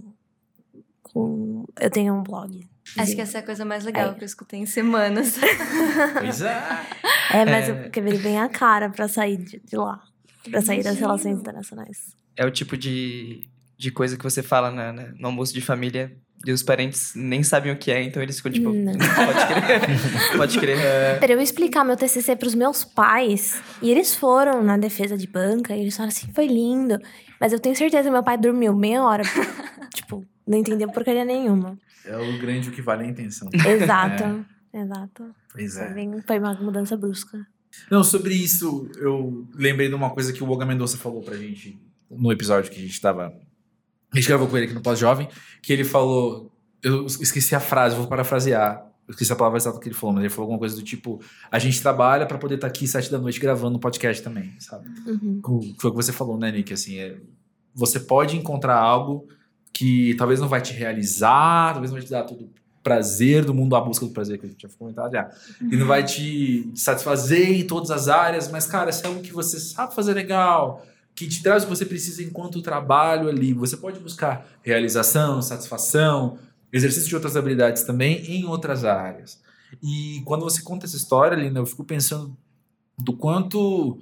com eu tenho um blog. Acho que essa é a coisa mais legal é. que eu escutei em semanas. Pois é. É, mas é. eu quebrei bem a cara pra sair de, de lá. Pra sair das relações internacionais. É o tipo de, de coisa que você fala na, na, no almoço de família... E os parentes nem sabem o que é, então eles ficam tipo... Não. Pode crer. Pode crer. É. Pra eu explicar meu T C C pros meus pais, e eles foram na defesa de banca, e eles falaram assim, foi lindo. Mas eu tenho certeza que meu pai dormiu meia hora. Tipo, não entendeu porcaria nenhuma. É o grande o que vale a intenção. Exato, é. Exato. Pois é. Foi, foi uma mudança brusca. Não, sobre isso, eu lembrei de uma coisa que o Olga Mendonça falou pra gente no episódio que a gente tava... A gente gravou com ele aqui no Pós-Jovem, que ele falou... Eu esqueci a frase, vou parafrasear. Eu esqueci a palavra exata que ele falou, mas ele falou alguma coisa do tipo... A gente trabalha pra poder estar aqui sete da noite gravando um podcast também, sabe? Uhum. Foi o que você falou, né, Nick? Assim, é, você pode encontrar algo que talvez não vai te realizar, talvez não vai te dar todo o prazer do mundo, a busca do prazer, que a gente já comentado já. Uhum. E não vai te satisfazer em todas as áreas, mas, cara, se é algo que você sabe fazer legal... que te traz o que você precisa enquanto trabalho ali. Você pode buscar realização, satisfação, exercício de outras habilidades também em outras áreas. E quando você conta essa história, Lina, eu fico pensando do quanto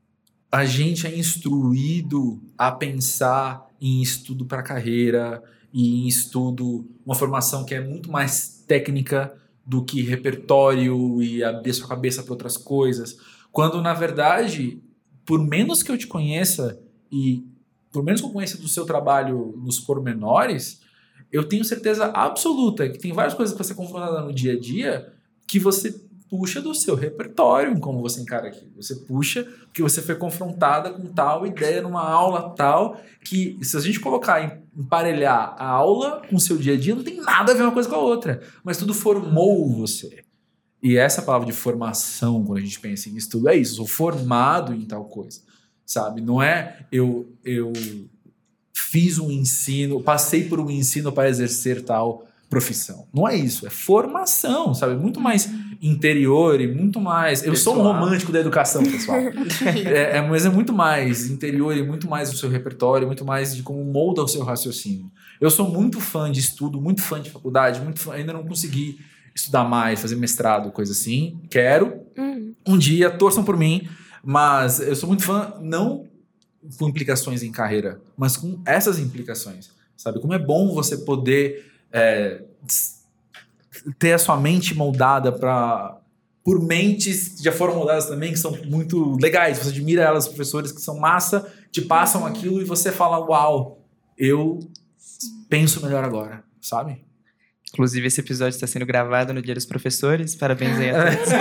a gente é instruído a pensar em estudo para carreira e em estudo, uma formação que é muito mais técnica do que repertório e abrir sua cabeça para outras coisas. Quando, na verdade... por menos que eu te conheça e por menos que eu conheça do seu trabalho nos pormenores, eu tenho certeza absoluta que tem várias coisas que você é confrontada no dia a dia que você puxa do seu repertório em como você encara aquilo. Você puxa porque você foi confrontada com tal ideia numa aula tal que, se a gente colocar, emparelhar a aula com o seu dia a dia, não tem nada a ver uma coisa com a outra, mas tudo formou você. E essa palavra de formação, quando a gente pensa em estudo, é isso. Eu sou formado em tal coisa, sabe? Não é eu, eu fiz um ensino, passei por um ensino para exercer tal profissão. Não é isso, é formação, sabe? Muito mais interior e muito mais... Eu Pessoal. sou um romântico da educação, pessoal. é, é, mas é muito mais interior e muito mais do seu repertório, muito mais de como molda o seu raciocínio. Eu sou muito fã de estudo, muito fã de faculdade, muito fã, ainda não consegui estudar mais, fazer mestrado, coisa assim. Quero. Hum. Um dia, torçam por mim, mas eu sou muito fã, não com implicações em carreira, mas com essas implicações, sabe? Como é bom você poder é, ter a sua mente moldada pra, por mentes que já foram moldadas também, que são muito legais. Você admira elas, os professores que são massa, te passam aquilo e você fala, uau, eu penso melhor agora, sabe? Inclusive, esse episódio está sendo gravado no Dia dos Professores. Parabéns aí a todos.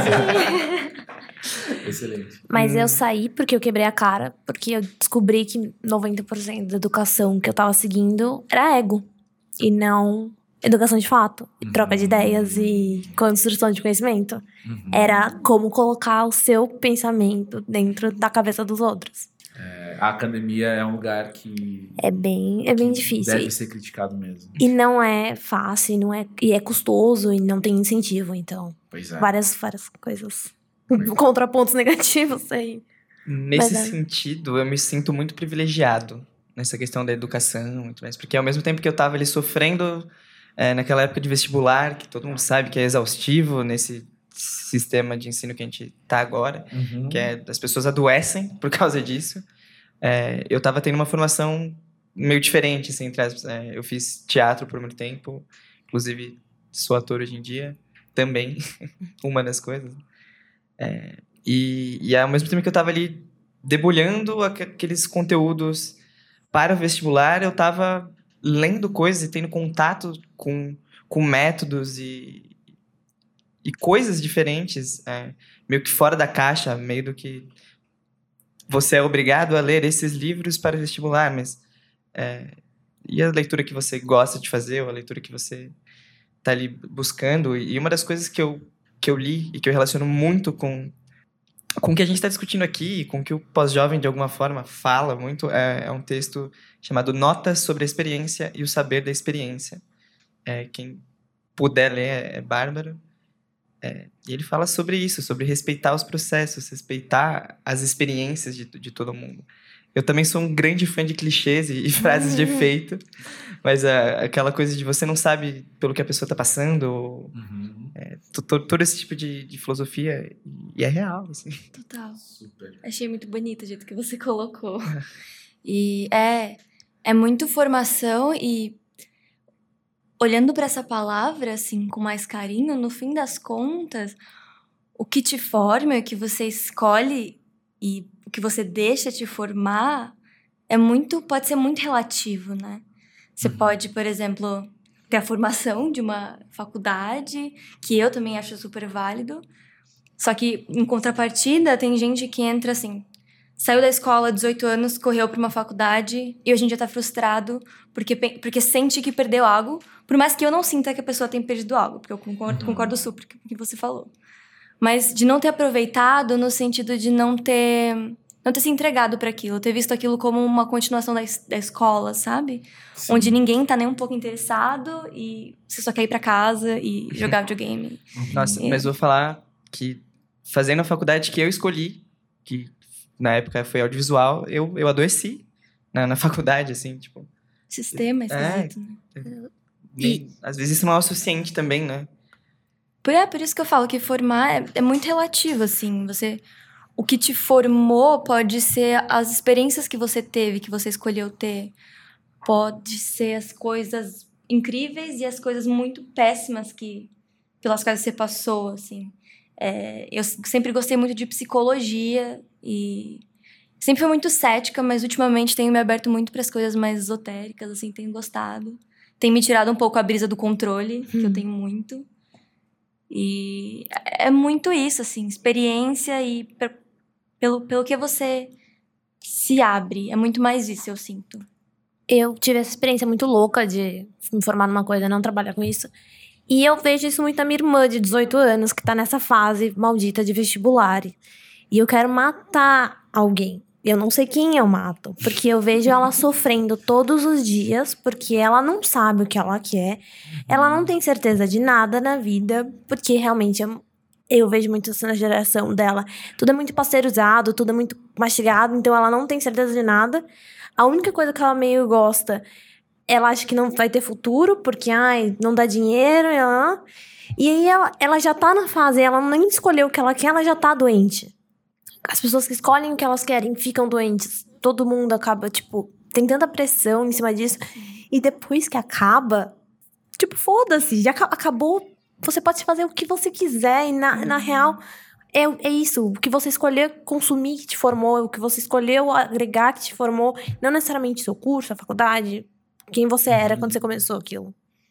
Excelente. Mas eu saí porque eu quebrei a cara, porque eu descobri que noventa por cento da educação que eu tava seguindo era ego. E não educação de fato. E troca de ideias e construção de conhecimento. Uhum. Era como colocar o seu pensamento dentro da cabeça dos outros. É, a academia é um lugar que... É bem, é bem que difícil. Deve ser criticado mesmo. E não é fácil, não é, e é custoso e não tem incentivo, então. Pois é. Várias, várias coisas. Pois é. Contrapontos negativos aí. Nesse Mas é. sentido, eu me sinto muito privilegiado nessa questão da educação e tudo mais. Porque ao mesmo tempo que eu estava ali sofrendo é, naquela época de vestibular, que todo mundo sabe que é exaustivo nesse sistema de ensino que a gente tá agora, Uhum. que é as pessoas adoecem por causa disso. É, eu estava tendo uma formação meio diferente, assim, entre aspas. É, eu fiz teatro por muito tempo, inclusive sou ator hoje em dia, também, uma das coisas. É, e, e ao mesmo tempo que eu estava ali debulhando aqu- aqueles conteúdos para o vestibular, eu estava lendo coisas e tendo contato com, com métodos e, e coisas diferentes, é, meio que fora da caixa, meio do que você é obrigado a ler esses livros para o vestibular, mas é, e a leitura que você gosta de fazer, ou a leitura que você está ali buscando. E uma das coisas que eu, que eu li e que eu relaciono muito com, com o que a gente está discutindo aqui, com o que o pós-jovem, de alguma forma, fala muito, é, é um texto chamado Notas sobre a Experiência e o Saber da Experiência. É, quem puder ler é, é bárbaro. É, e ele fala sobre isso, sobre respeitar os processos, respeitar as experiências de, de todo mundo. Eu também sou um grande fã de clichês e, e frases de efeito, mas é, aquela coisa de você não sabe pelo que a pessoa está passando, ou, Uhum. é, to- to- todo esse tipo de, de filosofia, e é real, assim. Total. Super. Achei muito bonito o jeito que você colocou. E é, é muito formação e olhando para essa palavra assim com mais carinho, no fim das contas, o que te forma, o que você escolhe e o que você deixa te formar é muito, pode ser muito relativo, né? Você pode, por exemplo, ter a formação de uma faculdade, que eu também acho super válido. Só que, em contrapartida, tem gente que entra assim, saiu da escola, dezoito anos, correu para uma faculdade e hoje em dia tá frustrado porque, pe- porque sente que perdeu algo, por mais que eu não sinta que a pessoa tem perdido algo, porque eu concordo, Uhum. concordo super com o que você falou. Mas de não ter aproveitado no sentido de não ter, não ter se entregado para aquilo, ter visto aquilo como uma continuação da, es- da escola, sabe? Sim. Onde ninguém tá nem um pouco interessado e você só quer ir para casa e jogar videogame. Nossa, É. mas vou falar que fazendo a faculdade que eu escolhi, que na época foi audiovisual, eu, eu adoeci na, na faculdade, assim, tipo... Sistema É. esquisito, né? nem- às vezes isso não é o suficiente também, né? Por, é por isso que eu falo que formar é, é muito relativo, assim. Você, o que te formou pode ser as experiências que você teve, que você escolheu ter. Pode ser as coisas incríveis e as coisas muito péssimas que, pelas quais você passou, assim. É, eu sempre gostei muito de psicologia e sempre fui muito cética, mas ultimamente tenho me aberto muito para as coisas mais esotéricas, assim, tenho gostado. Tem me tirado um pouco a brisa do controle, que eu tenho muito. E é muito isso, assim, experiência e pe- pelo, pelo que você se abre. É muito mais isso, eu sinto. Eu tive essa experiência muito louca de me formar numa coisa e não trabalhar com isso. E eu vejo isso muito na minha irmã de dezoito anos, que tá nessa fase maldita de vestibular. E eu quero matar alguém. Eu não sei quem eu mato, porque eu vejo ela sofrendo todos os dias, porque ela não sabe o que ela quer, ela não tem certeza de nada na vida, porque realmente eu, eu vejo muito isso na geração dela. Tudo é muito pasteurizado, tudo é muito mastigado, então ela não tem certeza de nada. A única coisa que ela meio gosta, ela acha que não vai ter futuro, porque ai, não dá dinheiro, ela... e aí ela, ela já tá na fase, ela nem escolheu o que ela quer, ela já tá doente. As pessoas que escolhem o que elas querem ficam doentes. Todo mundo acaba, tipo, tem tanta pressão em cima disso. E depois que acaba, tipo, foda-se, já acabou. Você pode fazer o que você quiser. E na, na real, é, é isso. O que você escolher consumir que te formou, o que você escolheu agregar que te formou. Não necessariamente seu curso, a faculdade, quem você era quando você começou aquilo.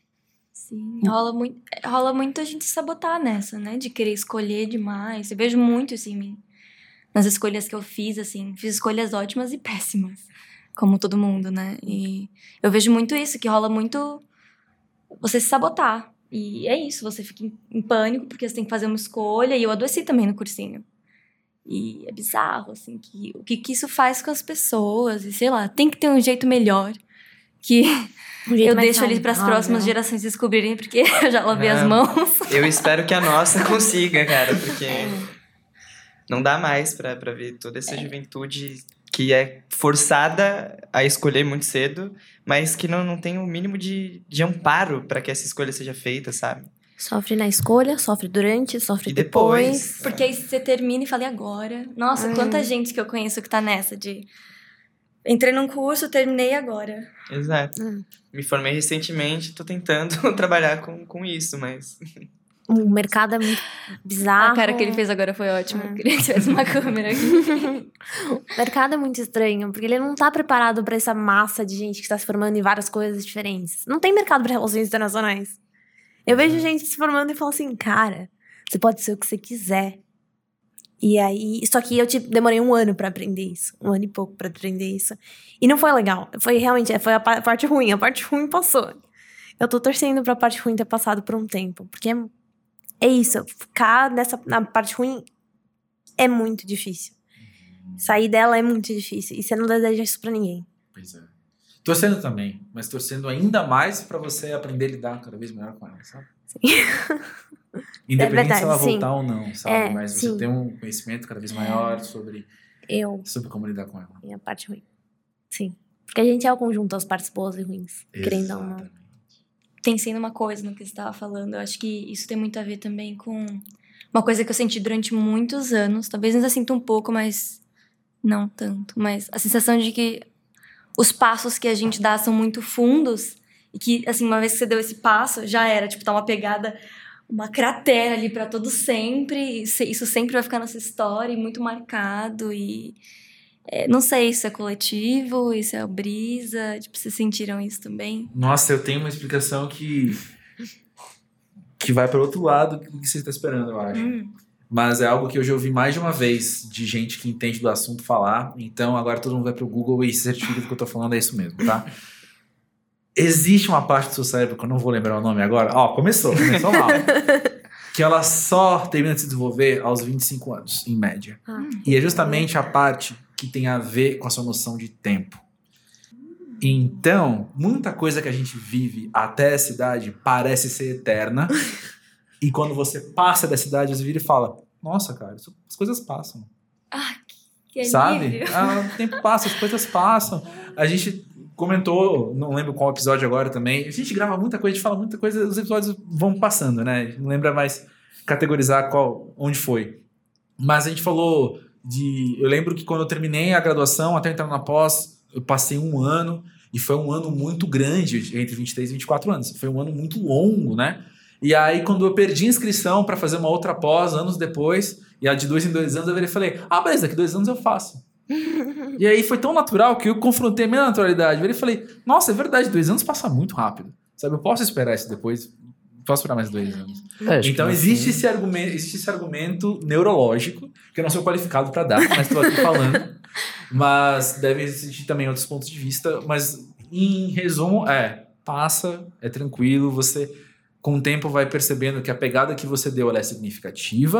Sim, rola muito, rola muito a gente sabotar nessa, né? De querer escolher demais. Eu vejo muito isso em mim. Nas escolhas que eu fiz, assim, fiz escolhas ótimas e péssimas, como todo mundo, né? E eu vejo muito isso, que rola muito você se sabotar. E é isso, você fica em, em pânico, porque você tem que fazer uma escolha, e eu adoeci também no cursinho. E é bizarro, assim, que, o que, que isso faz com as pessoas, e sei lá, tem que ter um jeito melhor, que Um jeito eu mais deixo ali para as saudável. próximas gerações descobrirem, porque eu já lavei É. as mãos. Eu espero que a nossa consiga, cara, porque não dá mais pra, pra ver toda essa juventude que é forçada a escolher muito cedo, mas que não, não tem o mínimo de, de amparo pra que essa escolha seja feita, sabe? Sofre na escolha, sofre durante, sofre E depois. depois. Porque aí você termina e fala, e agora? Nossa, Hum. quanta gente que eu conheço que tá nessa de... Entrei num curso, terminei agora. Exato. Hum. Me formei recentemente, tô tentando trabalhar com, com isso, mas... O mercado é muito bizarro. A cara que ele fez agora foi ótima. Eu queria que tivesse uma câmera aqui. O mercado é muito estranho, porque ele não tá preparado pra essa massa de gente que tá se formando em várias coisas diferentes. Não tem mercado pra relações internacionais. Eu vejo gente se formando e falo assim, cara, você pode ser o que você quiser. E aí, só que eu tipo, demorei um ano pra aprender isso. Um ano e pouco pra aprender isso. E não foi legal. Foi realmente, foi a pa- parte ruim. A parte ruim passou. Eu tô torcendo pra parte ruim ter passado por um tempo. Porque é, é isso. Ficar nessa, na parte ruim é muito difícil. Sair dela é muito difícil. E você não deseja isso pra ninguém. Pois é. Torcendo também, mas torcendo ainda mais pra você aprender a lidar cada vez melhor com ela, sabe? Sim. Independente É verdade, se ela sim. voltar ou não, sabe? É, mas você sim. tem um conhecimento cada vez maior sobre, Eu sobre como lidar com ela. e a parte ruim. Sim. Porque a gente é o conjunto das partes boas e ruins. Querendo ou não. Exatamente. Tem sendo uma coisa no que você estava falando. Eu acho que isso tem muito a ver também com uma coisa que eu senti durante muitos anos. Talvez ainda sinta um pouco, mas não tanto. Mas a sensação de que os passos que a gente dá são muito fundos. E que, assim, uma vez que você deu esse passo, já era. Tipo, tá uma pegada, uma cratera ali pra todo sempre. Isso, isso sempre vai ficar nessa história e muito marcado. E é, não sei, isso é coletivo, isso é brisa. Tipo, vocês sentiram isso também? Nossa, eu tenho uma explicação que que vai para outro lado do que você está esperando, eu acho. Hum. Mas é algo que eu já ouvi mais de uma vez de gente que entende do assunto falar. Então agora todo mundo vai pro Google e se certifica do que eu tô falando é isso mesmo, tá? Existe uma parte do seu cérebro, que eu não vou lembrar o nome agora. Ó, começou, começou mal. Que ela só termina de se desenvolver aos vinte e cinco anos, em média. Ah. E é justamente a parte que tem a ver com a sua noção de tempo. Então, muita coisa que a gente vive até essa idade parece ser eterna. E quando você passa dessa idade, você vira e fala, nossa, cara, isso- as coisas passam. Ah, que Sabe? alívio. Ah, o tempo passa, as coisas passam. A gente comentou, não lembro qual episódio agora também. A gente grava muita coisa, a gente fala muita coisa, os episódios vão passando, né? Não lembra mais categorizar qual, onde foi. Mas a gente falou de... Eu lembro que quando eu terminei a graduação, até entrar na pós, eu passei um ano, e foi um ano muito grande, entre vinte e três e vinte e quatro anos. Foi um ano muito longo, né? E aí, quando eu perdi a inscrição para fazer uma outra pós, anos depois, e a de dois em dois anos, eu virei e falei, ah, beleza, daqui dois anos eu faço. E aí foi tão natural que eu confrontei a minha naturalidade. Eu virei e falei, nossa, é verdade, dois anos passa muito rápido. Sabe, eu posso esperar isso depois, posso esperar mais dois anos. É, acho que Então no existe fim- esse, argumento, existe esse argumento neurológico, que eu não sou qualificado para dar, mas estou aqui falando. Mas deve existir também outros pontos de vista. Mas em resumo, é, passa, é tranquilo, você com o tempo vai percebendo que a pegada que você deu ela é significativa,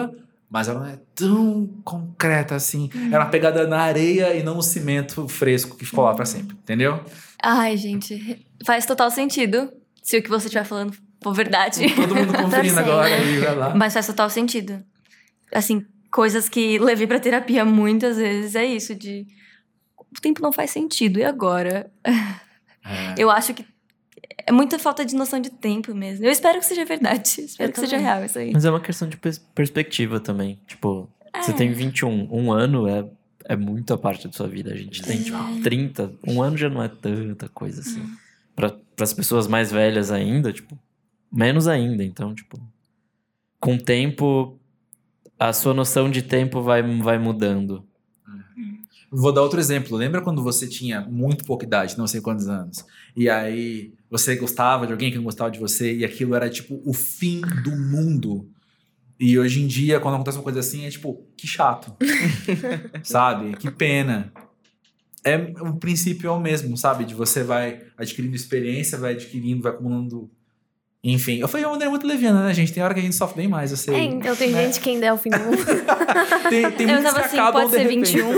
mas ela não é tão concreta assim. Uhum. É uma pegada na areia e não no cimento fresco que ficou uhum. lá pra sempre, entendeu? Ai, gente, faz total sentido se o que você estiver falando for verdade. Todo mundo conferindo agora e vai lá. Mas faz total sentido. Assim, coisas que levei pra terapia muitas vezes é isso, de o tempo não faz sentido, e agora? É. Eu acho que é muita falta de noção de tempo mesmo. Eu espero que seja verdade. Eu espero Eu que também. seja real isso aí. Mas é uma questão de pers- perspectiva também. Tipo, é. você tem vinte e um. Um ano é, é muita parte da sua vida. A gente tem, é. tipo, trinta. Um ano já não é tanta coisa assim. Hum. Para as pessoas mais velhas ainda, tipo, menos ainda. Então, tipo, com o tempo, a sua noção de tempo vai, vai mudando. Vou dar outro exemplo. Lembra quando você tinha muito pouca idade, não sei quantos anos, e aí você gostava de alguém que não gostava de você e aquilo era tipo o fim do mundo? E hoje em dia, quando acontece uma coisa assim, é tipo, que chato. Sabe? Que pena. É, o princípio é o mesmo, sabe? De você vai adquirindo experiência, vai adquirindo, vai acumulando... Enfim, eu falei uma maneira muito leviana, né, gente? Tem hora que a gente sofre bem mais, eu sei. É, então tem né? gente que ainda é o fim do mundo. tem tem muitos que assim, acabam pode ser vinte e um.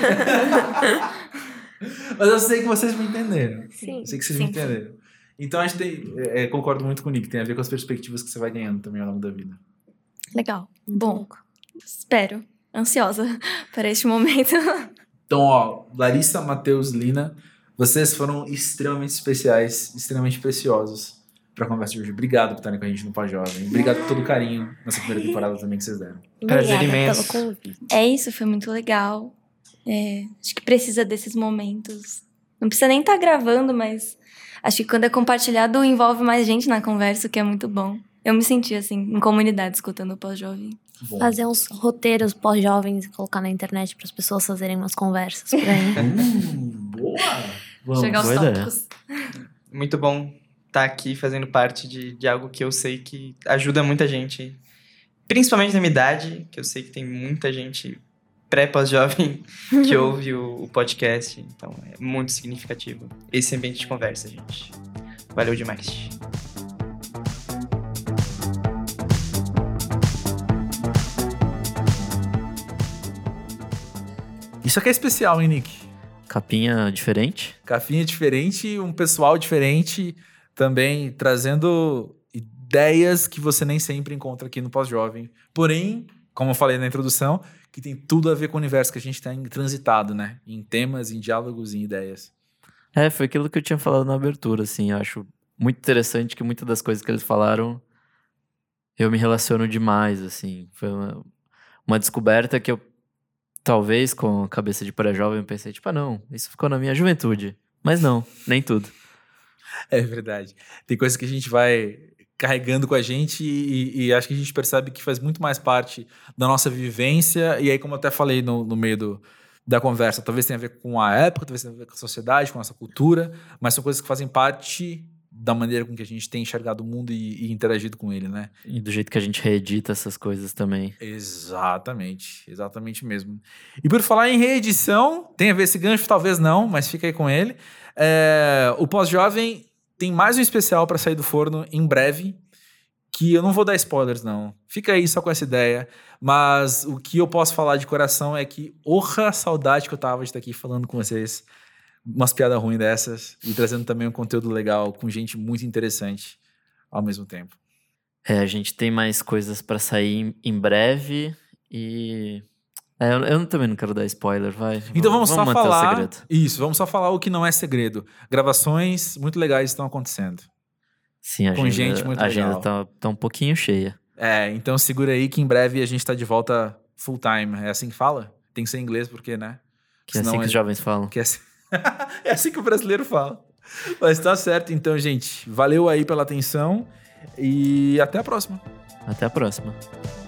Mas eu sei que vocês me entenderam. Sim. Eu sei que vocês sim, me entenderam. Sim. Então, a gente tem... É, concordo muito com o Nick. Tem a ver com as perspectivas que você vai ganhando também ao longo da vida. Legal. Bom, espero. Ansiosa para este momento. Então, ó, Larissa, Matheus, Lina, vocês foram extremamente especiais, extremamente preciosos pra conversa de hoje. Obrigado por estarem com a gente no Pós-Jovem. Obrigado por todo o carinho nessa primeira temporada também que vocês deram. Prazer imenso. Pelo convite. É isso, foi muito legal. É, acho que precisa desses momentos. Não precisa nem estar gravando, mas acho que quando é compartilhado envolve mais gente na conversa, o que é muito bom. Eu me senti assim, em comunidade, escutando o Pós-Jovem. Bom. Fazer uns roteiros pós-jovens e colocar na internet para as pessoas fazerem umas conversas por aí. uh, boa! Vamos. Chegar aos Boa tópicos. Muito bom estar aqui fazendo parte de, de algo que eu sei que ajuda muita gente. Principalmente na minha idade, que eu sei que tem muita gente pré-pós-jovem que ouve o, o podcast. Então, é muito significativo esse ambiente de conversa, gente. Valeu demais. Isso aqui é especial, hein, Nick? Capinha diferente. Capinha diferente, um pessoal diferente, também trazendo ideias que você nem sempre encontra aqui no Pós-Jovem. Porém, como eu falei na introdução, que tem tudo a ver com o universo que a gente tem transitado, né? Em temas, em diálogos, em ideias. É, foi aquilo que eu tinha falado na abertura, assim. Eu acho muito interessante que muitas das coisas que eles falaram eu me relaciono demais, assim. Foi uma, uma descoberta que eu, talvez, com a cabeça de pré-jovem, eu pensei, tipo, ah, não, isso ficou na minha juventude. Mas não, nem tudo. É verdade. Tem coisas que a gente vai carregando com a gente e, e acho que a gente percebe que faz muito mais parte da nossa vivência. E aí, como eu até falei no, no meio do, da conversa, talvez tenha a ver com a época, talvez tenha a ver com a sociedade, com a nossa cultura, mas são coisas que fazem parte da maneira com que a gente tem enxergado o mundo e, e interagido com ele, né? E do jeito que a gente reedita essas coisas também. Exatamente, exatamente mesmo. E por falar em reedição, tem a ver esse gancho, talvez não, mas fica aí com ele. É, o Pós-Jovem tem mais um especial para sair do forno em breve, que eu não vou dar spoilers, não. Fica aí só com essa ideia. Mas o que eu posso falar de coração é que, orra, saudade que eu tava de estar aqui falando com vocês. Umas piadas ruins dessas. E trazendo também um conteúdo legal com gente muito interessante ao mesmo tempo. É, a gente tem mais coisas para sair em, em breve e... É, eu, eu também não quero dar spoiler, vai. Então vamos, vamos só manter falar... o segredo. Isso, vamos só falar o que não é segredo. Gravações muito legais estão acontecendo. Sim, a com agenda, gente muito a agenda legal. tá, tá um pouquinho cheia. É, então segura aí que em breve a gente tá de volta full time. É assim que fala? Tem que ser em inglês porque, né? Que é Senão assim que os jovens falam. Que é, assim... é assim que o brasileiro fala. Mas tá certo então, gente. Valeu aí pela atenção e até a próxima. Até a próxima.